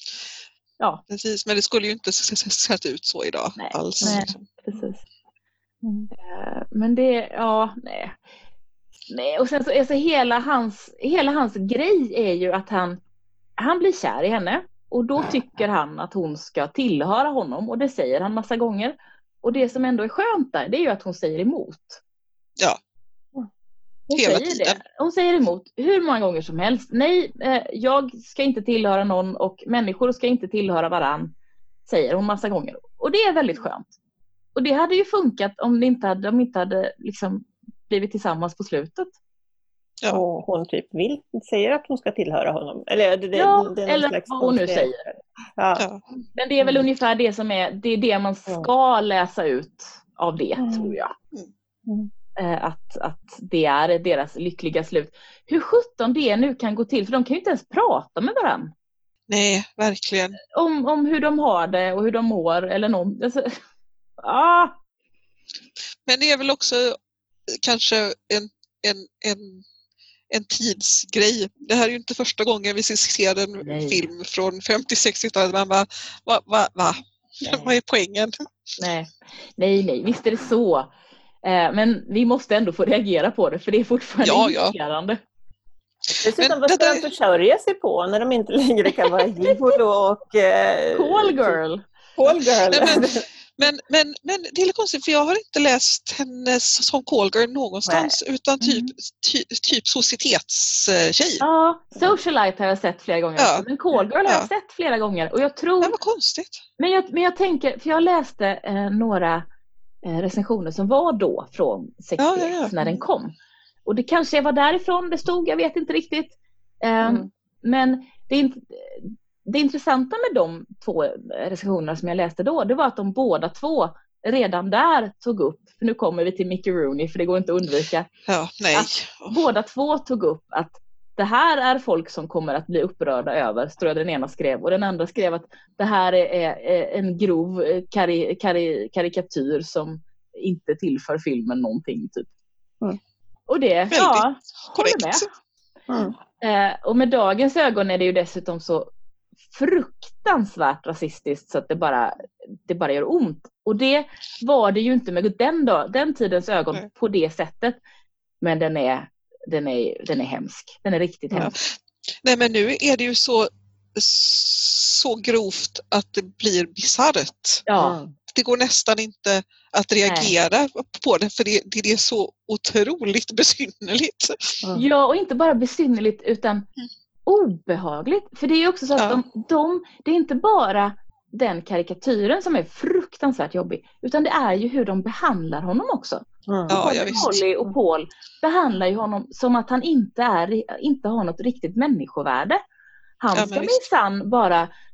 Ja, Precis, men det skulle ju inte sett ut så idag Nej. alls. Nej. liksom. precis. Mm. Eh, men det, ja, nej. Nej, och sen så alltså, hela hans, hela hans grej är ju att han, han blir kär i henne. Och då tycker han att hon ska tillhöra honom. Och det säger han massa gånger. Och det som ändå är skönt där, det är ju att hon säger emot. Ja. Hon Hela säger tiden. det. Hon säger emot hur många gånger som helst. Nej, eh, jag ska inte tillhöra någon och människor ska inte tillhöra varann. Säger hon massa gånger. Och det är väldigt skönt. Och det hade ju funkat om de inte hade, de inte hade liksom blivit tillsammans på slutet. Ja. Och hon typ vill, säger att hon ska tillhöra honom. Eller, det, det, Ja, det är eller slags vad hon nu konstig- säger. Ja. Ja. Men det är väl Mm. ungefär det som är, det är det man ska läsa ut av det, Mm. tror jag. Mm. Eh, Att, att det är deras lyckliga slut. Hur sjutton det nu kan gå till, för de kan ju inte ens prata med varandra. Nej, verkligen. Om, om hur de har det och hur de mår eller någon. Alltså, ah, Men det är väl också kanske en, en, en, en tidsgrej. Det här är ju inte första gången vi ser en Nej. film från femtio-sextiotalet. Man bara, va, va, va? Nej. Vad är poängen? nej, nej, nej, visst är det så. Eh, Men vi måste ändå få reagera på det, för det är fortfarande Ja, ja. irriterande. Dessutom, Men vad ska det de där- försörja sig på när de inte längre kan vara gigolo och... Eh, Call girl. Call girl. Nej, men, men, men, men det är lite konstigt för jag har inte läst henne som call girl någonstans utan typ, Mm. ty, typ societetstjej. Ja, socialite har jag sett flera gånger. Ja. Men call girl har jag Ja. sett flera gånger. Och jag tror... Det var konstigt. Men jag, men jag tänker, för jag läste eh, några eh, recensioner som var då från sextioett Ja, ja, ja. när den kom. Och det kanske var därifrån det stod, jag vet inte riktigt. Eh, Mm. Men det, är inte- det intressanta med de två recensionerna som jag läste då, det var att de båda två redan där tog upp, för nu kommer vi till Mickey Rooney för det går inte att undvika. Ja, nej. Att båda två tog upp att det här är folk som kommer att bli upprörda över, tror jag den ena skrev. Och den andra skrev att det här är, är en grov kari, kari, karikatyr som inte tillför filmen någonting. Typ. Mm. Och det, Väldigt ja, håller korrekt. med. Mm. Eh, och med dagens ögon är det ju dessutom så fruktansvärt rasistiskt så att det bara, det bara gör ont. Och det var det ju inte med den, dag, den tidens ögon Nej. på det sättet. Men den är, den är, den är hemsk. Den är riktigt Ja. hemsk. Nej, men nu är det ju så, så grovt att det blir bisarrt. Ja, Mm. Det går nästan inte att reagera på det för det, det är så otroligt besynnerligt. Mm. ja, och inte bara besynnerligt utan obehagligt. För det är ju också så att Ja. de, de, det är inte bara den karikatyren som är fruktansvärt jobbig, utan det är ju hur de behandlar honom också. Mm. Ja, Både ja, visst. Molly och Paul behandlar ju honom som att han inte, är, inte har något riktigt människovärde. Han Ja, ska men visst. minsann bara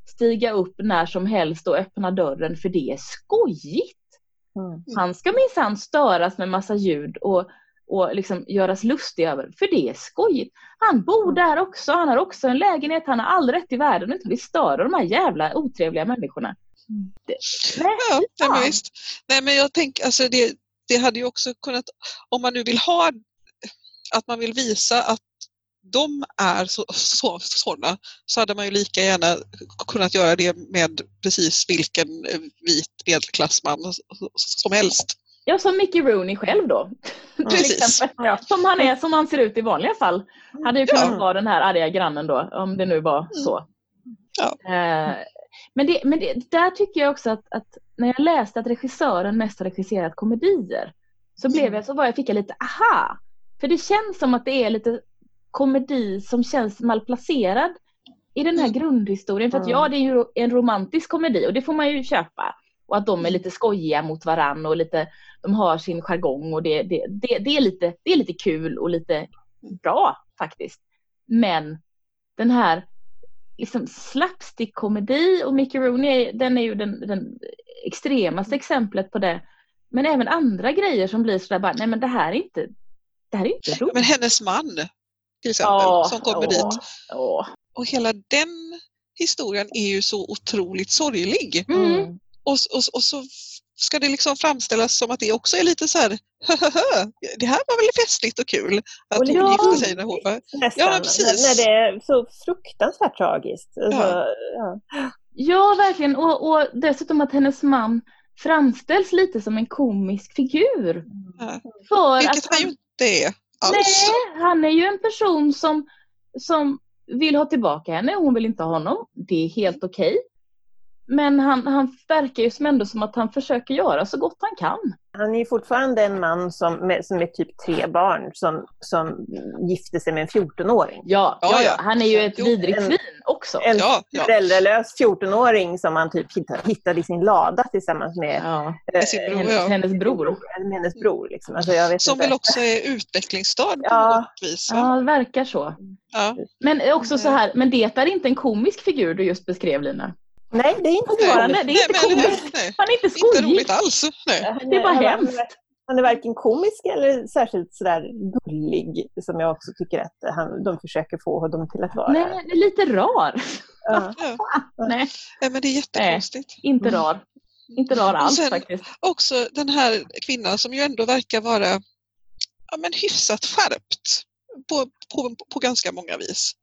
stiga upp när som helst och öppna dörren för det är skojigt. Mm. Han ska minsann störas med massa ljud och, och liksom göras lustig över, för det är skojigt. Han bor där också, han har också en lägenhet, han har all rätt i världen att inte bli störd av de här jävla otrevliga människorna. Mm. Det, nej, ja, ja. men visst. Nej, men jag tänker, alltså det, det hade ju också kunnat, om man nu vill ha, att man vill visa att de är så, så, sådana, så hade man ju lika gärna kunnat göra det med precis vilken vit medelklassman som helst. Ja, som Mickey Rooney själv då. Mm. Precis. Ja. Som han är, som han ser ut i vanliga fall. Hade ju kunnat Ja. vara den här arga grannen då, om det nu var så. Ja. Eh, men det, men det, där tycker jag också att, att när jag läste att regissören mest har regisserat komedier, så blev Mm. jag, så var jag, fick jag lite aha. För det känns som att det är lite komedi som känns malplacerad i den här Mm. grundhistorien. För att Mm. ja, det är ju en romantisk komedi och det får man ju köpa. Och att de är lite skojiga mot varann och lite, de har sin jargong och det, det, det, det, är lite, det är lite kul och lite bra faktiskt. Men den här liksom slapstick-komedi, och Mickey Rooney, den är ju den, den extremaste exemplet på det. Men även andra grejer som blir sådär bara, nej men det här är inte, det här är inte roligt. Men hennes man till exempel, Ja, som kommer ja, dit. ja. Och hela den historien är ju så otroligt sorglig. Mm. Och, och, och så ska det liksom framställas som att det också är lite så här, det här var väl festligt och kul att Och hon ja, gifte sig när hon var... Nästan, Ja, men precis. när det är så fruktansvärt tragiskt. Alltså, Ja. ja. Ja, verkligen. Och, och dessutom att hennes man framställs lite som en komisk figur. Ja. För Vilket att han ju inte är alls. nej, han är ju en person som, som vill ha tillbaka henne. Hon vill inte ha honom. Det är helt okej. Men han, han verkar ju som ändå som att han försöker göra så gott han kan. Han är ju fortfarande en man som, med, som är typ tre barn som, som gifte sig med en fjortonåring. Ja, Ja, ja, ja. ja. Han är ju ett Jo, vidrigt en- svin också. En Ja, ja. föräldralös fjortonåring som han typ hittade, hittade i sin lada tillsammans med Ja, Med sin bror, hennes, ja. hennes bror. eller med hennes bror. Liksom. Alltså, jag vet Som inte. väl också är utvecklingsstörd på Ja. något vis. Va? Ja, det verkar så. Ja. Men också så här, men det är inte en komisk figur du just beskrev, Lina. Nej, det är inte Fortfarande, komiskt. det är inte Nej, men, eller hur? komiskt. Nej, Han är inte inte skojig. roligt alls. Nej. Han Det är bara han- hemskt. Han är varken komisk eller särskilt sådär gullig, som jag också tycker att han, de försöker få dem till att vara. Nej, det är lite rar. Ja. Ja. Nej, Nej, men det är jättekonstigt. inte Mm. rar. Inte rar alls sen- faktiskt. Också den här kvinnan som ju ändå verkar vara ja, men hyfsat skärpt på, på, på ganska många vis.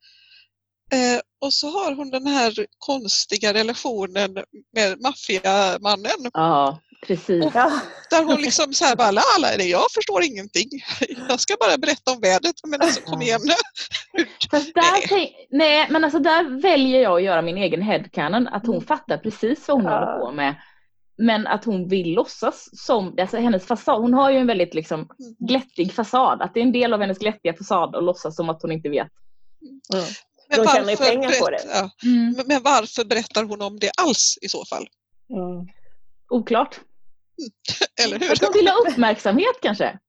Eh, och så har hon den här konstiga relationen med maffiamannen. Ja, precis. Ja. Där hon liksom så här bara, la, la, nej, jag förstår ingenting. Jag ska bara berätta om vädret. Men alltså, kom igen nu. Fast där tänk, nej, men alltså där väljer jag att göra min egen headcanon. Att hon fattar precis vad hon Ja. håller på med. Men att hon vill låtsas som, alltså hennes fasad, hon har ju en väldigt liksom glättig fasad. Att det är en del av hennes glättiga fasad att låtsas som att hon inte vet. Mm. Men De tjänar ju varför, pengar på berätt, det. ja, men- men varför berättar hon om det alls i så fall? Mm. Oklart. Eller hur? Att hon vill ha uppmärksamhet kanske.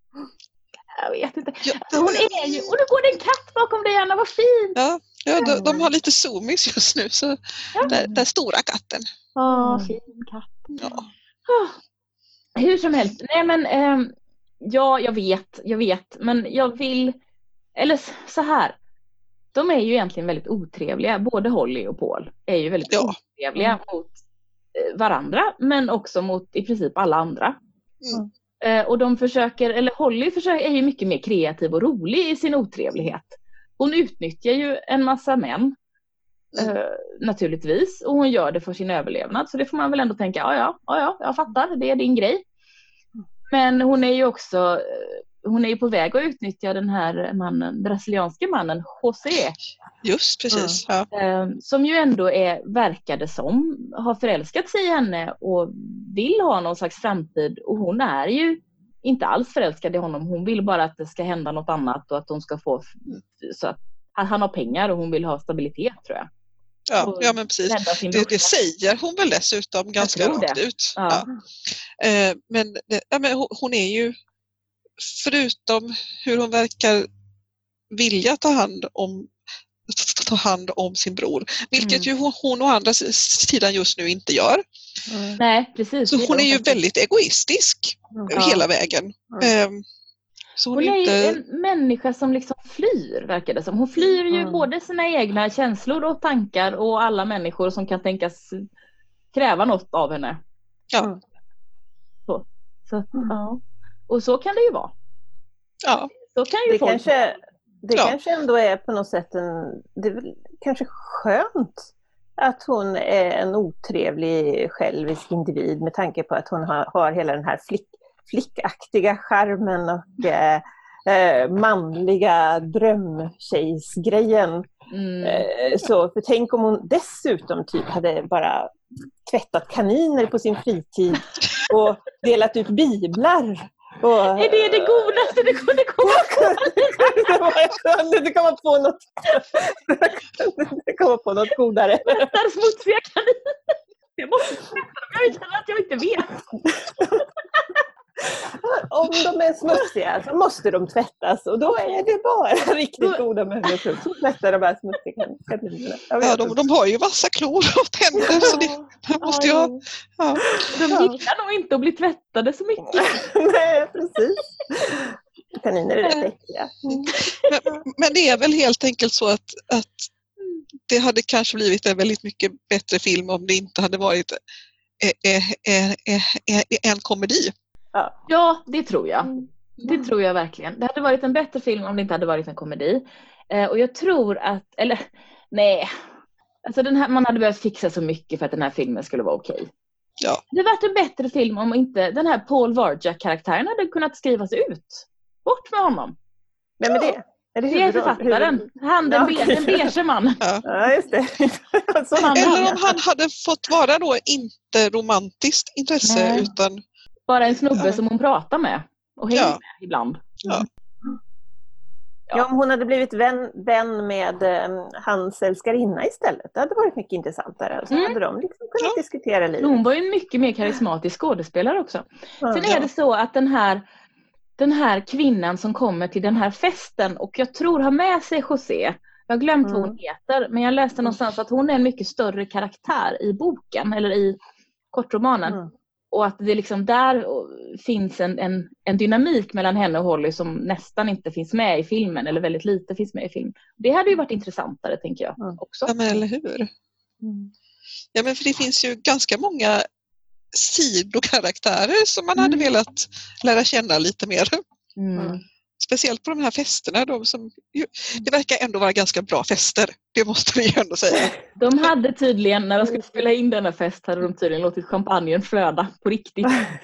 Jag vet inte. Ja, Alltså, hon är ju, och nu går det en katt bakom dig, Anna, vad fint. ja, ja de, de har lite zoomies just nu. Så där, där stora katten. Ja, Mm. fin katt. Ja. Ah. Hur som helst. Nej men, ehm, ja jag vet, jag vet. Men jag vill, eller s- så här. De är ju egentligen väldigt otrevliga. Både Holly och Paul är ju väldigt Ja. otrevliga mot eh, varandra. Men också mot i princip alla andra. Mm. Eh, och de försöker, eller Holly försöker, är ju mycket mer kreativ och rolig i sin otrevlighet. Hon utnyttjar ju en massa män. Mm. Eh, naturligtvis. Och hon gör det för sin överlevnad. Så det får man väl ändå tänka, ja ja, ja, ja jag fattar, det är din grej. Men hon är ju också, eh, hon är ju på väg att utnyttja den här mannen, brasilianske mannen, José. Just precis. Ja. Eh, som ju ändå är, verkade som, har förälskat sig i henne och vill ha någon slags framtid. Och hon är ju inte alls förälskad i honom. Hon vill bara att det ska hända något annat och att hon ska få, så att han har pengar och hon vill ha stabilitet, tror jag. Ja, Och ja, men precis. rädda sin Det, dotter. det säger hon väl dessutom ganska tror det. rakt ut. Ja. Ja. Eh, men, det- ja, men hon- hon är ju, förutom hur hon verkar vilja ta hand om ta hand om sin bror. Vilket mm. ju hon, hon å andra sidan just nu inte gör. Mm. Nej, precis. Så hon är ju väldigt egoistisk mm. hela vägen. Mm. Um, så hon, hon är inte... ju en människa som liksom flyr, verkar det som. Hon flyr ju mm. både sina egna känslor och tankar och alla människor som kan tänkas kräva något av henne. Ja. Så, så att, mm. ja. Och så kan det ju vara. Ja. Så kan ju det folk kanske, det ja. kanske ändå är på något sätt en, det är väl kanske skönt att hon är en otrevlig självisk individ med tanke på att hon har, har hela den här flick, flickaktiga charmen och eh, eh, manliga drömtjejsgrejen. Mm. Eh, så för tänk om hon dessutom typ hade bara tvättat kaniner på sin fritid och delat ut biblar. Och, är det det godaste du kunde komma på? Jag kunde inte komma på något. Jag kunde inte komma på något godare. Tvättar smutsiga kaniner. Jag måste tvätta dem. Jag känner att jag inte vet. Om de är smutsiga så måste de tvättas. Och då är det bara riktigt goda människor som tvättar de här smutsiga kaninerna. Ja, de, de har ju vassa klor och tänder. Så det, det måste ju ha... Ja. De gillar nog inte att bli tvättade så mycket. Nej, precis. Kaniner är rätt äckliga. Mm. Men, men det är väl helt enkelt så att, att det hade kanske blivit en väldigt mycket bättre film om det inte hade varit eh, eh, eh, eh, en komedi. Ja. ja, det tror jag. Det tror jag verkligen. Det hade varit en bättre film om det inte hade varit en komedi. Eh, och jag tror att, eller nej, alltså den här, man hade behövt fixa så mycket för att den här filmen skulle vara okej. Ja. Det hade varit en bättre film om inte den här Paul Varjak-karaktären hade kunnat skrivas ut. Bort med honom. Vem är det? Är det, det är författaren. Han, den, ja, den beige mannen. Ja. ja, just det. Eller om han hade fått vara då inte romantiskt intresse nej. Utan... Bara en snubbe ja. Som hon pratar med. Och hänger ja. Med ibland. Ja. Ja. Ja, om hon hade blivit vän, vän med um, hans älskarinna istället. Det hade varit mycket intressantare. Så mm. hade de liksom kunnat ja. Diskutera lite. Hon var ju en mycket mer karismatisk skådespelare också. Ja. Sen är det så att den här, den här kvinnan som kommer till den här festen och jag tror har med sig José. Jag har glömt mm. vad hon heter. Men jag läste någonstans att hon är en mycket större karaktär i boken. Eller i kortromanen. Mm. Och att det liksom där finns en, en, en dynamik mellan henne och Holly som nästan inte finns med i filmen. Eller väldigt lite finns med i filmen. Det hade ju varit intressantare, tänker jag. Också. Ja, men eller hur? Mm. Ja, men för det finns ju ganska många sidokaraktärer som man mm. hade velat lära känna lite mer. Mm. Speciellt på de här festerna. De som, det verkar ändå vara ganska bra fester. Det måste vi ju ändå säga. De hade tydligen, när de skulle spela in denna fest, hade de tydligen låtit champagnen flöda på riktigt.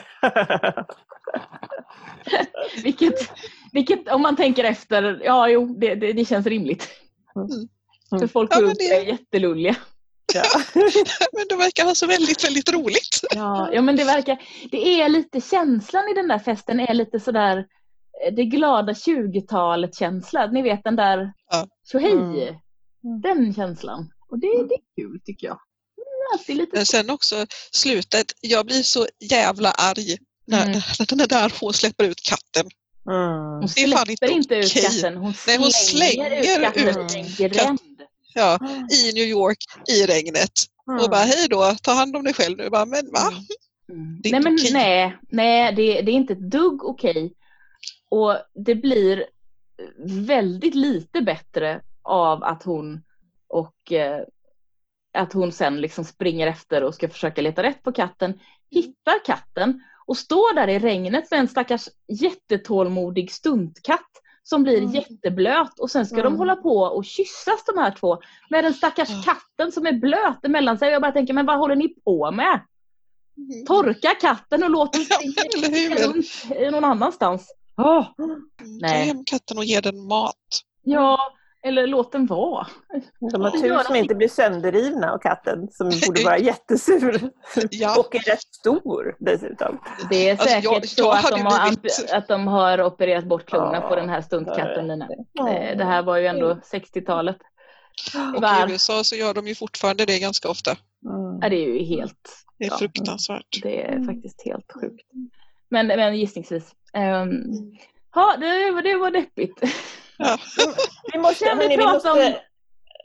vilket, vilket, om man tänker efter, ja jo, det, det, det känns rimligt. Mm. För folk ja, runt det... är jättelulliga. Ja. Men det verkar vara så väldigt, väldigt roligt. Ja, ja, men det verkar, det är lite, känslan i den där festen är lite sådär, det glada tjugotalet känslan. Ni vet den där ja. Tjohej. Mm. Den känslan. Och det, det är kul tycker jag. Det är lite... Men sen också slutet. Jag blir så jävla arg när, mm. när, när där hon släpper ut katten. Mm. Hon släpper inte ut katten. Hon Nej, hon slänger ut katten. ut katten. Ja, i New York i regnet. Mm. Och bara hej då, ta hand om dig själv nu. Bara, men va? Mm. Nej, men, nej, nej det, det är inte ett dugg okej. Och det blir väldigt lite bättre av att hon och eh, att hon sen liksom springer efter och ska försöka leta rätt på katten, hittar katten och står där i regnet med en stackars jättetålmodig stuntkatt som blir mm. jätteblöt och sen ska mm. de hålla på och kyssas de här två med den stackars mm. katten som är blöt emellan sig. Jag bara tänker, men vad håller ni på med? Mm. Torka katten och låt den springa runt någon annanstans. Oh. Ta hem katten och ge den mat. Ja, eller låt den vara. De har tur som inte blir sönderrivna av katten som borde vara jättesur. Ja. Och är rätt stor dessutom. Det är säkert alltså, jag, jag så att de, har, blivit... att de har opererat bort klorna ja. På den här stuntkatten. Nina. Det, det här var ju ändå sextiotalet. Och Var... i U S A så gör de ju fortfarande det ganska ofta. Mm. Ja, det är ju helt... Det är ja, fruktansvärt. Det är faktiskt helt sjukt. Men, men gissningsvis. Um, ja, det, det var deppigt. Ja. Vi måste, hörni, vi måste,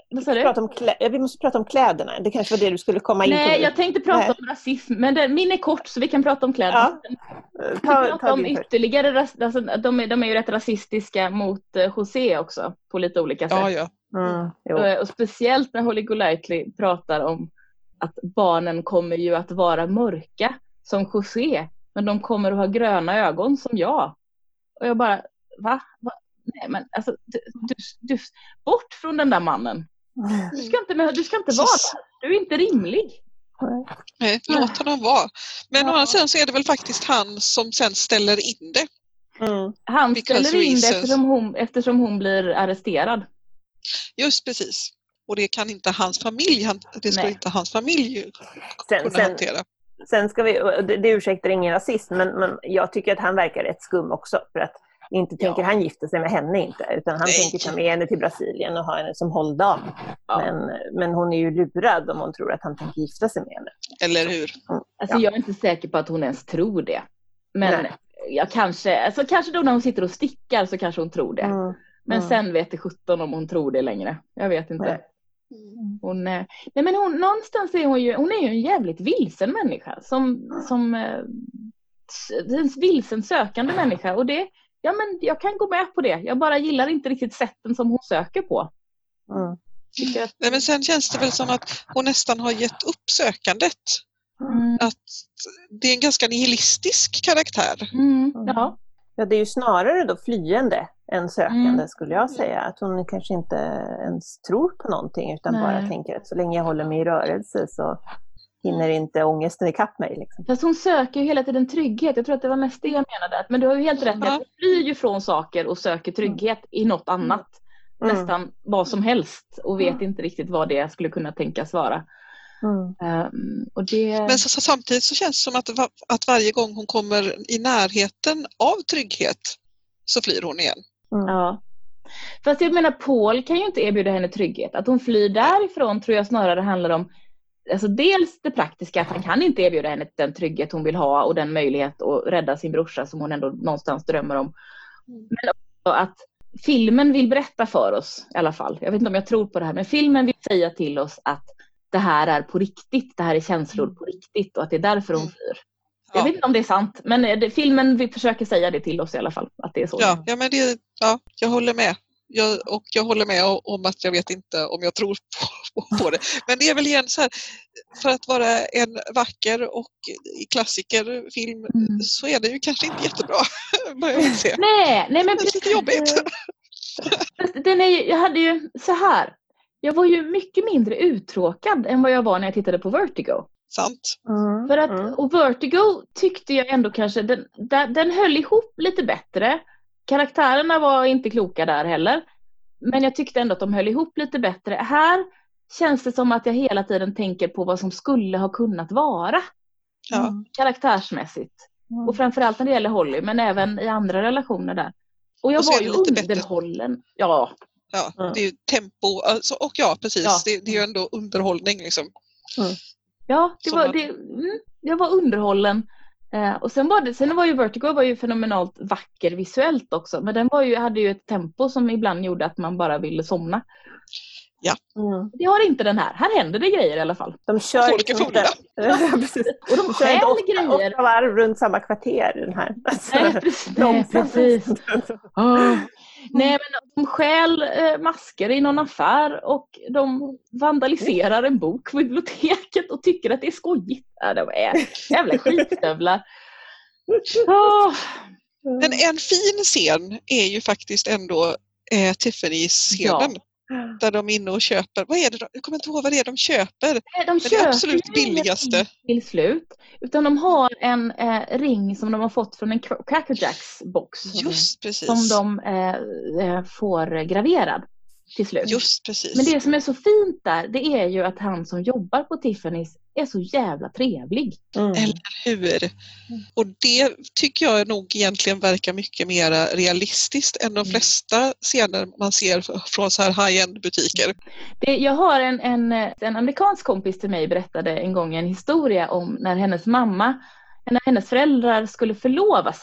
Vad sa du? Prata om klä- vi måste prata om kläderna. Det kanske var det du skulle komma in på. Nej, nu. jag tänkte prata Nej. om rasism. Men det, min är kort så vi kan prata om kläderna. Ja. Vi Ta, kan prata ta om din först. ytterligare ras, alltså, de, är, de är ju rätt rasistiska mot uh, José också. På lite olika sätt. Ja, ja. Mm, jo. Uh, och speciellt när Holly Golightly pratar om att barnen kommer ju att vara mörka som José. Men de kommer att ha gröna ögon som jag. Och jag bara, va? va? Nej, men alltså, du, du, du, bort från den där mannen. Du ska inte, du ska inte vara där. Du är inte rimlig. Nej, låt honom vara. Men Ja. å andra sidan så är det väl faktiskt han som sen ställer in det. Mm. Han Because ställer in det reasons. eftersom hon, eftersom hon blir arresterad. Just precis. Och det kan inte hans familj, han- det ska Nej. inte hans familj Sen, kunna sen, hantera. sen ska vi, och det, det ursäktar ingen rasism, men, men jag tycker att han verkar rätt skum också. För att inte tänker Ja. han gifta sig med henne inte, utan han Nej. tänker ta med henne till Brasilien och ha henne som hålldam. Ja. Men, men hon är ju lurad om hon tror att han tänker gifta sig med henne. Eller hur? Alltså Ja. jag är inte säker på att hon ens tror det. Men Nej. jag kanske, alltså kanske då när hon sitter och stickar så kanske hon tror det. Mm. Men Mm. sen vet det sjutton om hon tror det längre. Jag vet inte. Nej. Hon, eh, nej men hon, någonstans är hon ju, hon är ju en jävligt vilsen människa. Som, som eh, s- en vilsen sökande människa. Och det, ja men jag kan gå med på det. Jag bara gillar inte riktigt sätten som hon söker på. Mm. Tycker att, Nej, men sen känns det väl som att hon nästan har gett upp sökandet. mm, Att det är en ganska nihilistisk karaktär. mm, ja. Ja, det är ju snarare då flyende än sökande Mm. skulle jag säga. Att hon kanske inte ens tror på någonting utan Nej. bara tänker att så länge jag håller mig i rörelse så hinner inte ångesten ikapp mig. Liksom. Fast hon söker ju hela tiden trygghet. Jag tror att det var mest det jag menade. Men du har ju helt rätt. Ja. Hon flyr ju från saker och söker trygghet i något annat. Mm. Nästan vad som helst. Och vet inte riktigt vad det skulle kunna tänkas vara. Mm. Um, och det... Men så, så, samtidigt så känns det som att, va- att varje gång hon kommer i närheten av trygghet så flyr hon igen. Ja. Fast jag menar, Paul kan ju inte erbjuda henne trygghet. Att hon flyr därifrån tror jag snarare handlar om alltså dels det praktiska, att han kan inte erbjuda henne den trygghet hon vill ha och den möjlighet att rädda sin brorsa som hon ändå någonstans drömmer om. Men också att filmen vill berätta för oss i alla fall. Jag vet inte om jag tror på det här, men filmen vill säga till oss att det här är på riktigt, det här är känslor på riktigt och att det är därför hon flyr. Jag Ja. vet inte om det är sant, men det, filmen vill försöka säga det till oss i alla fall. Att det är så. Ja, ja, men det, ja, jag håller med. Jag, och jag håller med om att jag vet inte om jag tror på, på det. Men det är väl igen så här, för att vara en vacker och klassikerfilm Mm. så är det ju kanske inte jättebra. Vad jag vill se. Nej, nej men Det är lite jobbigt. Fast den är, ju- jag hade ju så här. Jag var ju mycket mindre uttråkad än vad jag var när jag tittade på Vertigo. Sant. Mm. För att, Mm. och Vertigo tyckte jag ändå kanske, den, den, den höll ihop lite bättre. Karaktärerna var inte kloka där heller. Men jag tyckte ändå att de höll ihop lite bättre. Här känns det som att jag hela tiden tänker på vad som skulle ha kunnat vara. Ja. Karaktärsmässigt. Mm. Och framförallt när det gäller Holly, men även i andra relationer där. Och jag Och så var är ju det lite bättre. underhållen. Ja, Ja, Mm. det är ju tempo. Alltså, och ja, precis. Ja. Det, det är ju ändå underhållning. Liksom. ja det Som var, att- det, mm, jag var underhållen. Eh, och sen var, det, sen var ju Vertigo var ju fenomenalt vacker visuellt också. Men den var ju, hade ju ett tempo som ibland gjorde att man bara ville somna. Mm. Det har inte den här. Här händer det grejer i alla fall. De kör Folk är liksom fulla. inte- Ja, precis. Och de De kör stjäl inte åtta, grejer. åtta varv runt samma kvarter. Den här. Alltså, Nej, precis. de- Nej, precis. Åh. Nej, men de stjäl eh, masker i någon affär och de vandaliserar en bok på biblioteket och tycker att det är skojigt. Ja, det var jävla skitstövlar. Åh. Men en fin scen är ju faktiskt ändå eh, Tiffany's-scenen. Där de är inne och köper. Vad är det? Jag kommer inte ihåg vad det är de köper. Nej, de Men det är köper absolut ju billigaste. ingenting till slut. Utan de har en eh, ring som de har fått från en Cra- Cracker Jacks box. Just precis. Som de eh, eh, får graverad till slut. Just precis. Men det som är så fint där, det är ju att han som jobbar på Tiffany's är så jävla trevlig. Mm. Eller hur? Och det tycker jag nog egentligen verkar mycket mer realistiskt än de flesta scener man ser från så här high-end butiker. Det, jag har en, en, en amerikansk kompis till mig berättade en gång en historia om när hennes mamma, när hennes föräldrar skulle förlova sig.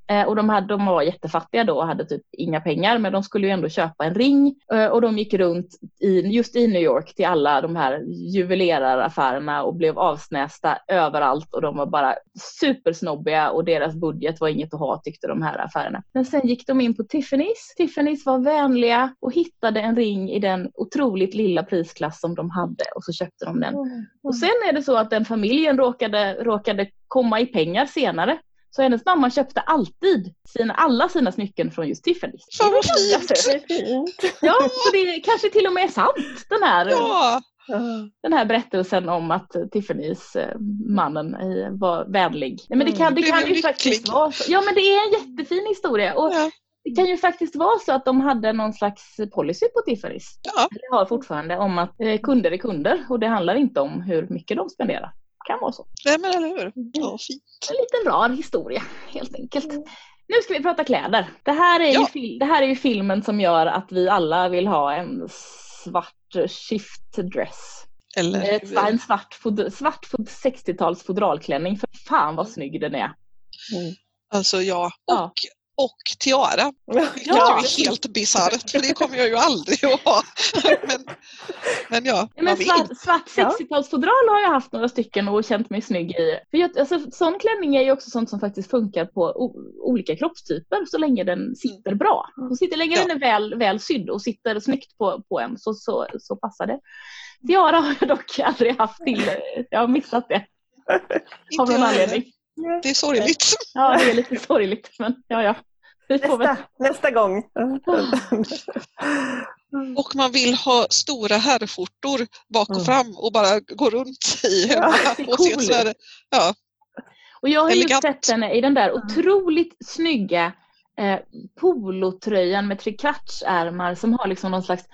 Eh, och de, hade, de var jättefattiga då och hade typ inga pengar, men de skulle ju ändå köpa en ring. Eh, och de gick runt i, just i New York till alla de här juveleraraffärerna och blev avsnästa överallt. Och de var bara supersnobbiga och deras budget var inget att ha, tyckte de här affärerna. Men sen gick de in på Tiffany's. Tiffany's var vänliga och hittade en ring i den otroligt lilla prisklass som de hade, och så köpte de den. Mm. Och sen är det så att den familjen råkade, råkade komma i pengar senare. Så hennes mamma köpte alltid sina, alla sina smycken från just Tiffany's. Så vad fint! Ja, så det kanske till och med är sant, den här, ja. den här berättelsen om att Tiffany's mannen var vänlig. Nej, men det kan, det kan ju faktiskt vara så. Ja, men det är en jättefin historia. Och ja. Det kan ju faktiskt vara så att de hade någon slags policy på Tiffany's. Ja. Det har fortfarande om att eh, kunder är kunder, och det handlar inte om hur mycket de spenderar. Kan vara så. Nej, men eller hur? Ja, fint. En liten rar historia, helt enkelt. Mm. Nu ska vi prata kläder. Det här, är ja. ju, det här är ju filmen som gör att vi alla vill ha en svart shift dress. Eller Ett, en svart, fod, svart fod, sextio-tals fodralklänning. För fan vad snygg den är. Mm. Alltså ja, och ja. Och tiara. Ja. Det är ju helt bisarrt, för det kommer jag ju aldrig att ha. Men, men ja, men svart, svart sextio-talsfodral har jag haft några stycken och känt mig snygg i. För jag, alltså, sån klänning är ju också sånt som faktiskt funkar på o- olika kroppstyper så länge den sitter bra. Och sitter länge ja. den är väl, väl sydd och sitter snyggt på, på en, så, så, så passar det. Tiara har jag dock aldrig haft till. Jag har missat det. Av någon anledning. Det är sorgligt. Ja, det är lite sorgligt, men ja, ja. Nästa, nästa gång. Och man vill ha stora herrskjortor bak och mm. fram och bara gå runt i hemma ja, och se så här, ja. Och jag har ju sett henne i den där otroligt snygga eh, polotröjan med trekvartsärmar som har liksom någon slags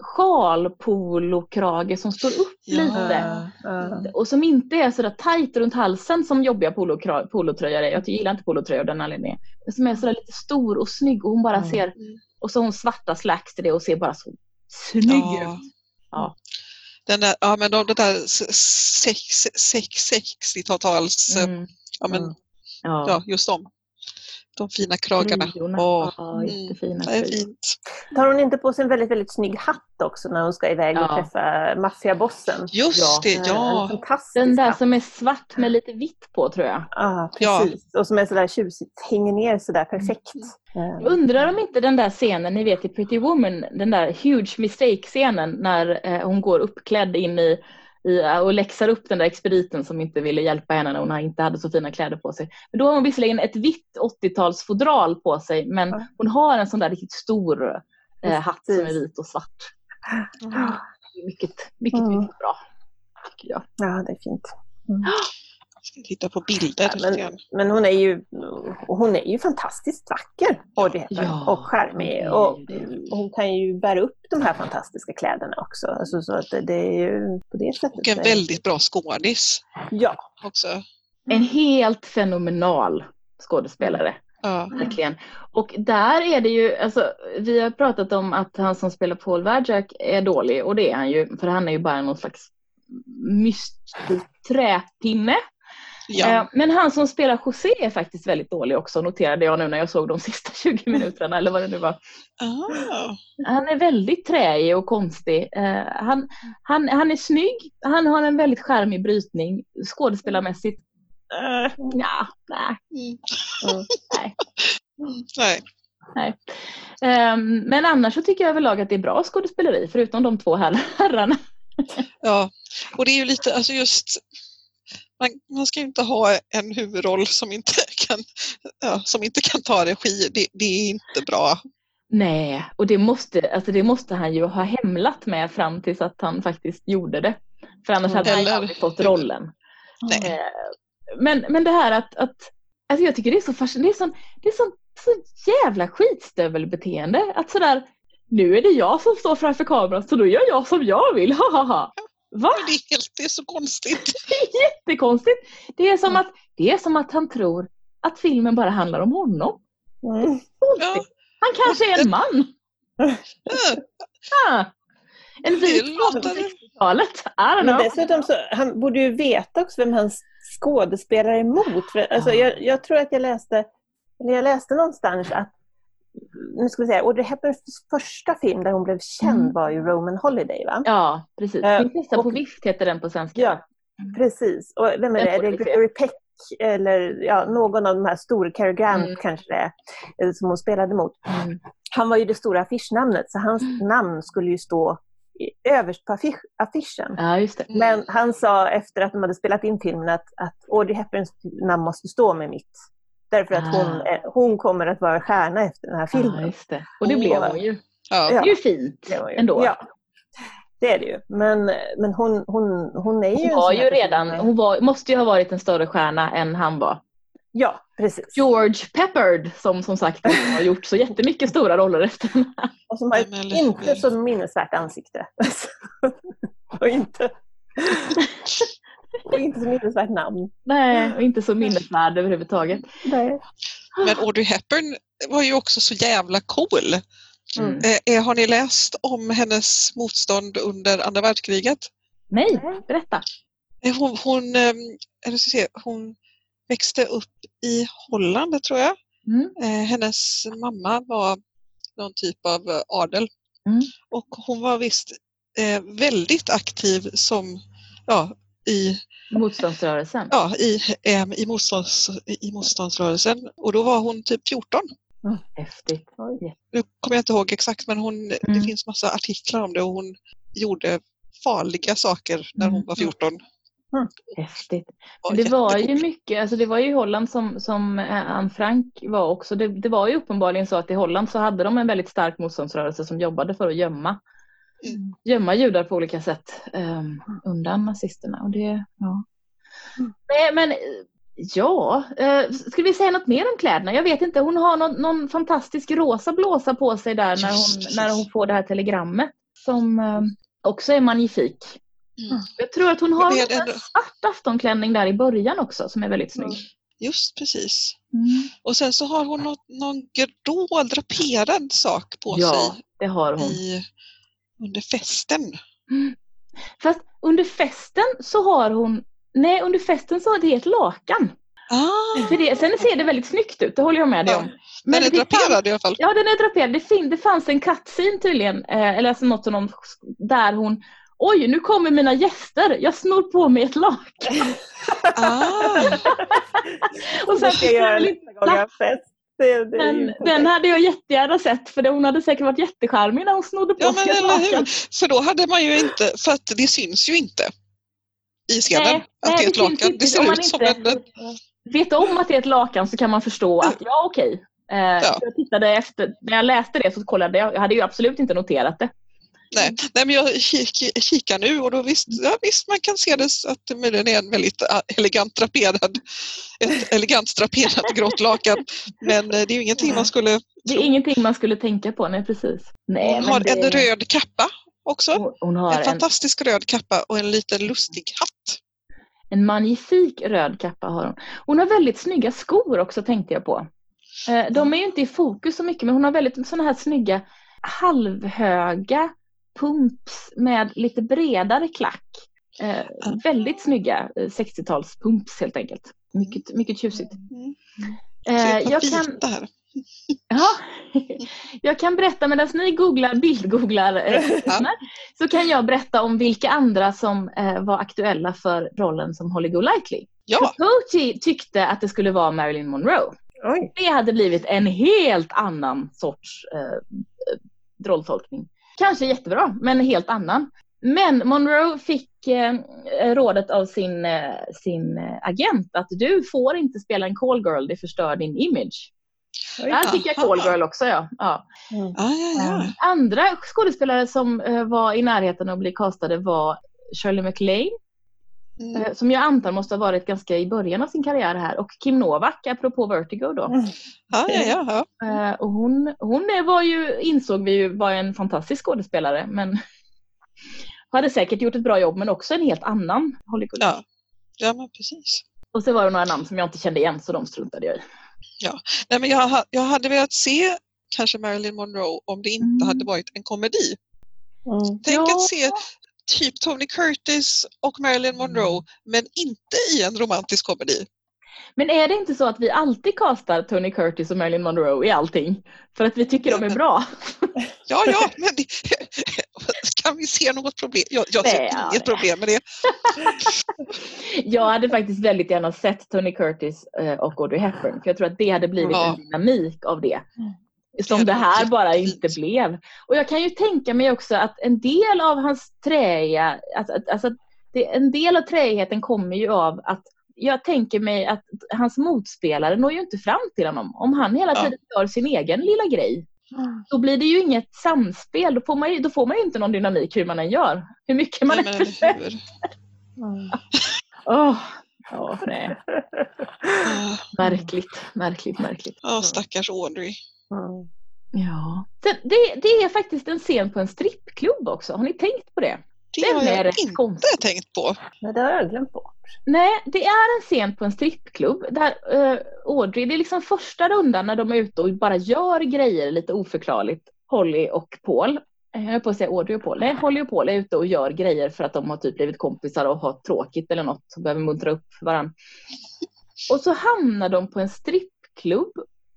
sjalpolokrage som står upp ja, lite ja. Och som inte är sådär tajt runt halsen som jobbiga polokra- polotröjor är. Jag gillar inte polotröjor av den anledningen. Men som är sådär lite stor och snygg och hon bara mm. ser, och så har hon svarta slacks till det och ser bara så snygg ja. ut. Ja. Den där, ja men de, det där sex, sex, sextio-tals mm. ja men mm. ja. ja just de de fina kragarna. Åh, ja, jättefina. Det är fint. Tar hon inte på sig en väldigt, väldigt snygg hatt också när hon ska iväg ja. och träffa maffiabossen? Just ja. det, ja. Den där som är svart med lite vitt på, tror jag. Ja, precis. Ja. Och som är sådär tjusigt, hänger ner sådär perfekt. Jag undrar om inte den där scenen, ni vet i Pretty Woman, den där huge mistake-scenen när eh, hon går uppklädd in i I, och läxar upp den där expediten som inte ville hjälpa henne när hon inte hade så fina kläder på sig. Men då har hon visserligen ett vitt åttio-talsfodral på sig, men ja. hon har en sån där riktigt stor eh, hatt som är vit och svart. Mm. Mycket, mycket, mm. mycket bra, tycker jag. Ja, det är fint. Mm. Jag ska titta på bilder. Ja, men, men hon är ju hon är ju fantastiskt vacker och, ja. och charmig och, och hon kan ju bära upp de här fantastiska kläderna också. Alltså, så att det, det är ju på det sättet. Och en väldigt bra skådis. Ja. Också. En helt fenomenal skådespelare. Ja. Verkligen. Och där är det ju, alltså, vi har pratat om att han som spelar Paul Verjack är dålig, och det är han ju, för han är ju bara någon slags mystisk träpinne. Ja. Men han som spelar José är faktiskt väldigt dålig också, noterade jag nu när jag såg de sista tjugo minuterna eller vad det nu var. Ah. Han är väldigt träig och konstig. Han, han, han är snygg, han har en väldigt charmig brytning skådespelarmässigt. Uh, ja, nej. Mm. Uh, nej. nej. Nej. Um, men annars så tycker jag överlag att det är bra skådespeleri, förutom de två herrarna. Ja, och det är ju lite, alltså just man, man ska ju inte ha en huvudroll som inte kan, ja, som inte kan ta regi. Det, det är inte bra. Nej, och det måste, alltså det måste han ju ha hemlat med fram tills att han faktiskt gjorde det. För annars hade Eller, han aldrig fått rollen. Nej. Men, men det här att, att alltså jag tycker det är så fascinerande. Det är sån, det är sån, så jävla skitstövelbeteende. Att sådär, nu är det jag som står framför kameran, så då gör jag som jag vill. Hahaha. Va? Det är, helt, det är så konstigt. Det är jättekonstigt. Det är, som mm. att, det är som att han tror att filmen bara handlar om honom. Mm. Ja. Han kanske är en man. ah. En vit man på sextiotalet. I don't know. Men dessutom så, han borde ju veta också vem hans skådespelare är emot. För, alltså, jag, jag tror att jag läste Jag läste någonstans att nu ska vi säga, Audrey Hepburns första film där hon blev känd mm. var ju Roman Holiday, va? Ja, precis. Prinsessa uh, på vift heter den på svenska. Ja, precis. Och vem är det? Är det Gregory Peck eller ja, någon av de här stora, Cary Grant mm. kanske det är, som hon spelade mot. Mm. Han var ju det stora affischnamnet, så hans mm. namn skulle ju stå i, överst på affisch, affischen. Ja, just det. Men han sa efter att de hade spelat in filmen att, att Audrey Hepburns namn måste stå med mitt. Därför att ah. hon, hon kommer att vara stjärna efter den här filmen. Ah, just det. Och det blev hon ju. Ja. Det är ju fint det ju. Ändå. Ja, det är det ju. Men, men hon, hon, hon är ju... Hon var ju redan, hon var, måste ju ha varit en större stjärna än han var. Ja, precis. George Peppard som som sagt har gjort så jättemycket stora roller efter den här. Och som har ett inte så minnesvärt ansikte. och inte... Och inte så minnesvärt namn. Nej, och inte så minnesvärd överhuvudtaget. Nej. Men Audrey Hepburn var ju också så jävla cool. Mm. Eh, har ni läst om hennes motstånd under andra världskriget? Nej, berätta. Hon, hon, eller så se, hon växte upp i Holland, tror jag. Mm. Eh, hennes mamma var någon typ av adel. Mm. Och hon var visst eh, väldigt aktiv som... Ja, i motståndsrörelsen. Ja, i, eh, i, motstånds, i motståndsrörelsen. Och då var hon typ fjorton. Mm, häftigt. Oj. Nu kommer jag inte ihåg exakt, men hon, mm. det finns massa artiklar om det och hon gjorde farliga saker när hon var fjorton. Mm. Häftigt. Men det var ju mycket, alltså det var ju i Holland som, som Anne Frank var också. Det, det var ju uppenbarligen så att i Holland så hade de en väldigt stark motståndsrörelse som jobbade för att gömma Mm. gömma judar på olika sätt um, undan nazisterna och det, ja. Mm. Nej, men ja, uh, ska vi säga något mer om kläderna? Jag vet inte, hon har någon, någon fantastisk rosa blåsa på sig där när hon, när hon får det här telegrammet som um, också är magnifik. Mm. Jag tror att hon har en, en svart aftonklänning där i början också som är väldigt snygg. Mm. Just precis. Mm. Och sen så har hon något, någon grå draperad sak på ja, sig. Ja, det har hon. I, under festen. Mm. Fast under festen så har hon... Nej, under festen så är det ett lakan. Ah. För det, sen ser det väldigt snyggt ut, det håller jag med dig ja. om. Men den är draperad fanns, i alla fall. Ja, den är draperad. Det, fin, det fanns en kattscen tydligen. Eh, eller alltså något som de, där hon... Oj, nu kommer mina gäster. Jag snor på mig ett lakan. Ah. Och sen fick jag lite gånger fest. Det, det den, den hade jag jättegärna sett för hon hade säkert varit jättecharmig när hon snodde på ja, sig men eller hur? För då hade man ju inte, för att det syns ju inte i scenen nej, att nej, det är ett lakan. Inte, det ser ut som en... Vet om att det är ett lakan så kan man förstå att ja okej. Okay. Eh, ja. Jag tittade efter, när jag läste det så kollade jag, jag hade ju absolut inte noterat det. Nej, nej men jag kik, kikar nu och då visst, ja, visst man kan se det att det är en väldigt elegant draperad ett elegant draperat grått lakan, men det är ju ingenting man skulle tro. Det är ingenting man skulle tänka på, nej precis. Nej, hon har det... en röd kappa också, hon, hon har en, en fantastisk röd kappa och en liten lustig hatt. En magnifik röd kappa har hon. Hon har väldigt snygga skor också tänkte jag på. De är ju inte i fokus så mycket men hon har väldigt såna här snygga halvhöga pumps med lite bredare klack. Eh, mm. Väldigt snygga eh, sextio-tals pumps helt enkelt. Mycket, mycket tjusigt. Mm. Eh, jag, kan... ja, jag kan berätta medan ni googlar, bildgooglar eh, ja. så kan jag berätta om vilka andra som eh, var aktuella för rollen som Holly Golightly. Ja. Capote tyckte att det skulle vara Marilyn Monroe. Oj. Det hade blivit en helt annan sorts eh, rolltolkning. Kanske jättebra, men helt annan. Men Monroe fick eh, rådet av sin, eh, sin agent att du får inte spela en call girl, det förstör din image. Oj, där fick jag call girl också, ja. ja. Mm. Ah, ja, ja. Um, andra skådespelare som uh, var i närheten att bli castade var Shirley MacLaine. Mm. Uh, som jag antar måste ha varit ganska i början av sin karriär här. Och Kim Novak, apropå Vertigo då. Mm. Ah, ja, ja, ja. Uh, och hon, hon var ju, insåg vi ju var en fantastisk skådespelare. Men hade säkert gjort ett bra jobb, men också en helt annan Hollywood. Ja, ja men precis. Och så var det några namn som jag inte kände igen, så de struntade jag i. Ja, nej, men jag, jag hade velat se kanske Marilyn Monroe om det inte mm. hade varit en komedi. Mm. Tänk ja. att se typ Tony Curtis och Marilyn Monroe, mm. men inte i en romantisk komedi. Men är det inte så att vi alltid castar Tony Curtis och Marilyn Monroe i allting? För att vi tycker de är bra? Ja, ja, men det, kan vi se något problem? Jag, jag ser nej, inget nej. problem med det. Jag hade faktiskt väldigt gärna sett Tony Curtis och Audrey Hepburn. För jag tror att det hade blivit ja. en dynamik av det. Som det, det här bara inte blev. Och jag kan ju tänka mig också att en del av hans träiga, alltså, alltså det, en del av träigheten kommer ju av att jag tänker mig att hans motspelare når ju inte fram till honom. Om han hela tiden ja. gör sin egen lilla grej, mm. då blir det ju inget samspel. Då får man ju, då får man ju inte någon dynamik hur man än gör. Hur mycket man än försöker. Mm. oh. oh, nej. Märkligt, märkligt, märkligt. Ja, oh, stackars Audrey. Mm. Ja. Det, det är faktiskt en scen på en strippklubb också. Har ni tänkt på det? Det har jag inte konstigt. tänkt på. Nej, det har jag glömt bort. Nej, det är en scen på en strippklubb där uh, Audrey, det är liksom första rundan när de är ute och bara gör grejer lite oförklarligt. Holly och Paul, jag höll på att säga Audrey och Paul. Nej, Holly och Paul är ute och gör grejer för att de har typ blivit kompisar och har tråkigt eller något och behöver muntra upp varandra. Och så hamnar de på en strippklubb,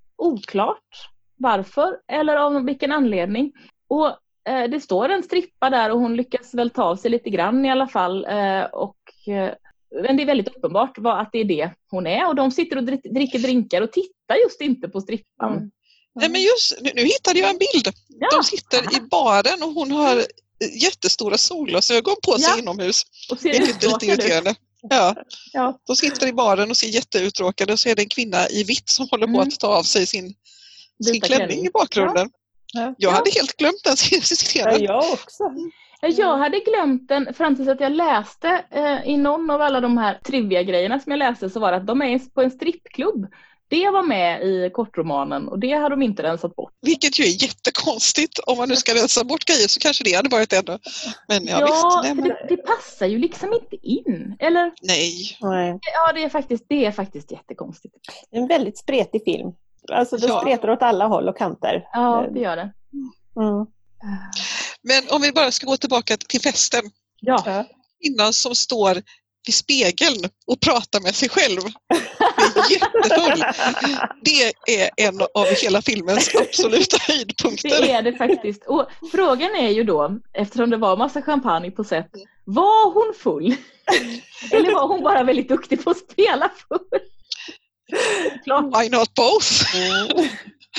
oklart varför eller av vilken anledning. Och eh, det står en strippa där och hon lyckas väl ta av sig lite grann i alla fall. Eh, och, eh, men det är väldigt uppenbart vad, att det är det hon är. Och de sitter och dricker drinkar och tittar just inte på strippan. Mm. Nej, men just, nu, nu hittade jag en bild. Ja. De sitter i baren och hon har jättestora solglasögon på sig ja. inomhus. Och ser det är lite irriterande. Ja. Ja. De sitter i baren och ser jätteuttråkade och så är det en kvinna i vitt som håller på mm. att ta av sig sin, sin klänning i bakgrunden. Ja. Ja. Jag hade helt glömt den scenen. Ja, jag också. Jag hade glömt den fram tills att jag läste eh, i någon av alla de här trivia-grejerna som jag läste, så var det att de är på en strippklubb. Det var med i kortromanen och det har de inte rensat bort. Vilket ju är jättekonstigt. Om man nu ska rensa bort grejer så kanske det hade varit ändå. Men ja, ja visst. Nej, men... det, det passar ju liksom inte in. Eller? Nej. Ja, det är faktiskt, det är faktiskt jättekonstigt. En väldigt spretig film. Alltså det ja. spretar åt alla håll och kanter. Ja, det gör det. Mm. Men om vi bara ska gå tillbaka till festen. Ja. Innan som står vid spegeln och pratar med sig själv. Det är jättefull. Det är en av hela filmens absoluta höjdpunkter. Det är det faktiskt. Och frågan är ju då, eftersom det var massa champagne på set, var hon full? Eller var hon bara väldigt duktig på att spela full? Why not both? Mm.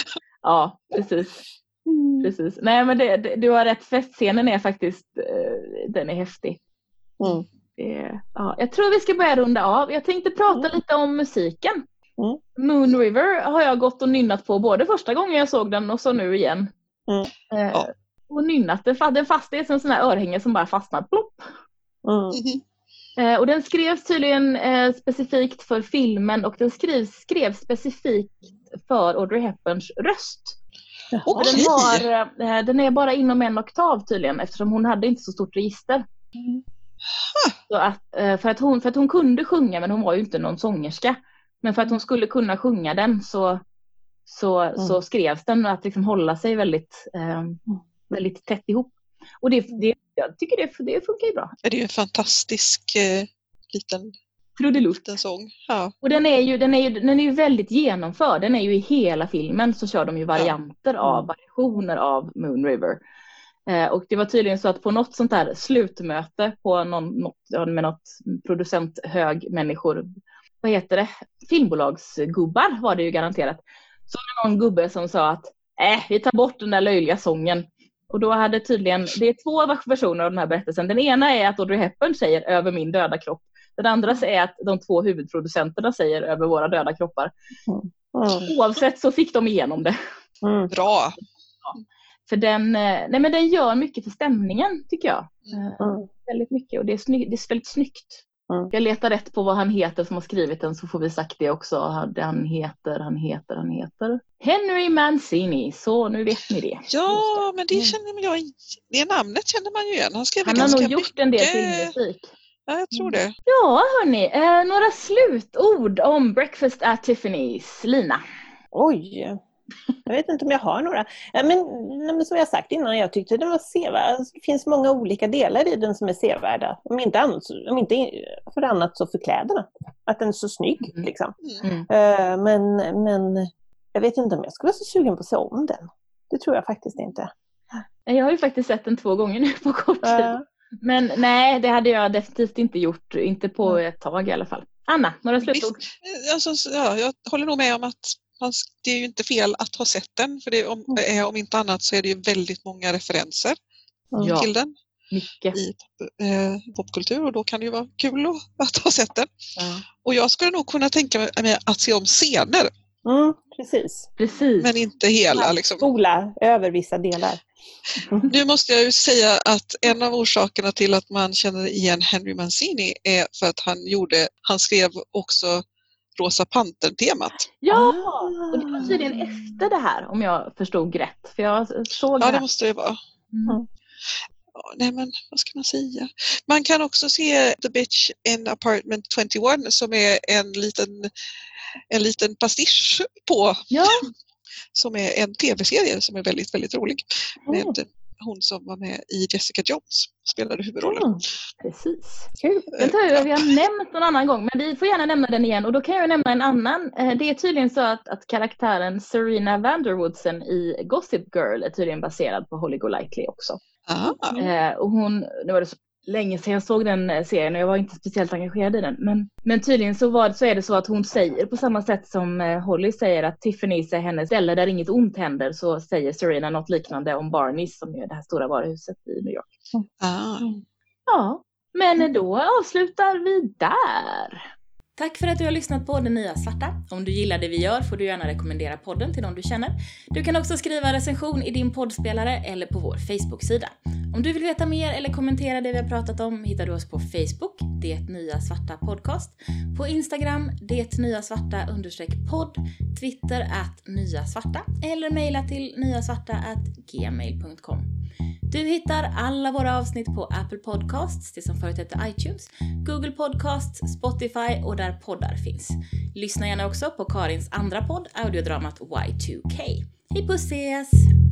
Ja, precis. Precis. Nej, men det, det, du har rätt. Festscenen är faktiskt, uh, den är häftig. Mm. Det, ja, jag tror vi ska börja runda av. Jag tänkte prata mm. lite om musiken. Mm. Moon River har jag gått och nynnat på både första gången jag såg den och så nu igen. Mm. Uh, ja. Och nynnat. Den, den fast, det är som en sån här örhänge som bara fastnar. Plopp. Mm. Uh, och den skrevs tydligen uh, specifikt för filmen och den skrevs, skrevs specifikt för Audrey Hepburns röst. Och den, har, uh, den är bara inom en oktav tydligen eftersom hon hade inte så stort register. Mm. Så att, uh, för, att hon, för att hon kunde sjunga men hon var ju inte någon sångerska. Men för att hon skulle kunna sjunga den så, så, mm. så skrevs den att liksom hålla sig väldigt, uh, väldigt tätt ihop. Och det, det, jag tycker det, det funkar ju bra. Det är ju en fantastisk eh, liten, liten sång. Ja. Och den är, ju, den, är ju, den är ju väldigt genomförd. Den är ju i hela filmen så kör de ju varianter ja. av variationer av Moon River. Eh, och det var tydligen så att på något sånt här slutmöte på någon, något, med något producenthög människor, vad heter det? Filmbolagsgubbar var det ju garanterat. Så var det någon gubbe som sa att äh, vi tar bort den där löjliga sången. Och då hade tydligen, det är två versioner av den här berättelsen. Den ena är att Audrey Hepburn säger över min döda kropp. Den andra är att de två huvudproducenterna säger över våra döda kroppar. Mm. Oavsett så fick de igenom det. Mm. Bra! Ja. För den, nej men den gör mycket för stämningen tycker jag. Mm. Väldigt mycket och det är, sny- det är väldigt snyggt. Mm. Jag letar rätt på vad han heter som har skrivit den så får vi sagt det också. Han heter, han heter, han heter Henry Mancini, så nu vet ni det. Ja, men det känner jag, det namnet känner man ju igen. Han, han har nog gjort mycket. En del filmmusik. Ja, jag tror det. Ja, hörni, eh, några slutord om Breakfast at Tiffany's. Lina? Oj, Jag vet inte om jag har några. Ja, men, men som jag sagt innan, jag tyckte den var sevärd. Det finns många olika delar i den som är sevärda. Om inte, annat, om inte för annat så för kläderna. Att den är så snygg. Mm. Liksom. Mm. Uh, men, men jag vet inte om jag skulle vara så sugen på att se om den. Det tror jag faktiskt inte. Jag har ju faktiskt sett den två gånger nu på kort tid. Uh. Men nej, det hade jag definitivt inte gjort. Inte på ett tag i alla fall. Anna, några slutord? Alltså, ja, jag håller nog med om att det är ju inte fel att ha sett den. För det, om, mm. om inte annat så är det ju väldigt många referenser mm. till den. Mycket. I eh, popkultur. Och då kan det ju vara kul att, att ha sett den. Mm. Och jag skulle nog kunna tänka mig att se om scener. Mm, precis. precis. Men inte hela. Liksom. Spola över vissa delar. Mm. Nu måste jag ju säga att en av orsakerna till att man känner igen Henry Mancini är för att han gjorde, han skrev också Rosa Pantern-temat. Ja, och det var tydligen efter det här, om jag förstod rätt. För jag såg ja, det, det måste det vara. Mm. Ja, nej men, vad ska man säga? Man kan också se The Bitch in Apartment tjugoett som är en liten, en liten pastisch på... Ja. Som är en tv-serie som är väldigt, väldigt rolig. Med mm. hon som var med i Jessica Jones. Spelade huvudrollen. Mm. Precis. Kul. Den tror jag vi har nämnt någon annan gång. Men vi får gärna nämna den igen. Och då kan jag nämna en annan. Det är tydligen så att, att karaktären Serena Vanderwoodsen i Gossip Girl är tydligen baserad på Holly Golightly också. Ah. Eh, och hon, det var det så länge sedan jag såg den serien och jag var inte speciellt engagerad i den. Men, men tydligen så, var, så är det så att hon säger på samma sätt som Holly säger att Tiffany's är hennes ställe där inget ont händer, så säger Serena något liknande om Barneys som är det här stora varuhuset i New York. Ah. Ja, men då avslutar vi där. Tack för att du har lyssnat på Det Nya Svarta. Om du gillar det vi gör får du gärna rekommendera podden till någon du känner. Du kan också skriva recension i din poddspelare eller på vår Facebook-sida. Om du vill veta mer eller kommentera det vi har pratat om hittar du oss på Facebook, Det Nya Svarta Podcast, på Instagram, Det Nya Svarta understreck podd, Twitter at Nya Svarta eller mejla till nyasvarta at gmail punkt com. Du hittar alla våra avsnitt på Apple Podcasts, det som förut hette iTunes, Google Podcasts, Spotify och där poddar finns. Lyssna gärna också på Karins andra podd, audiodramat Y two K. Hej puss ses!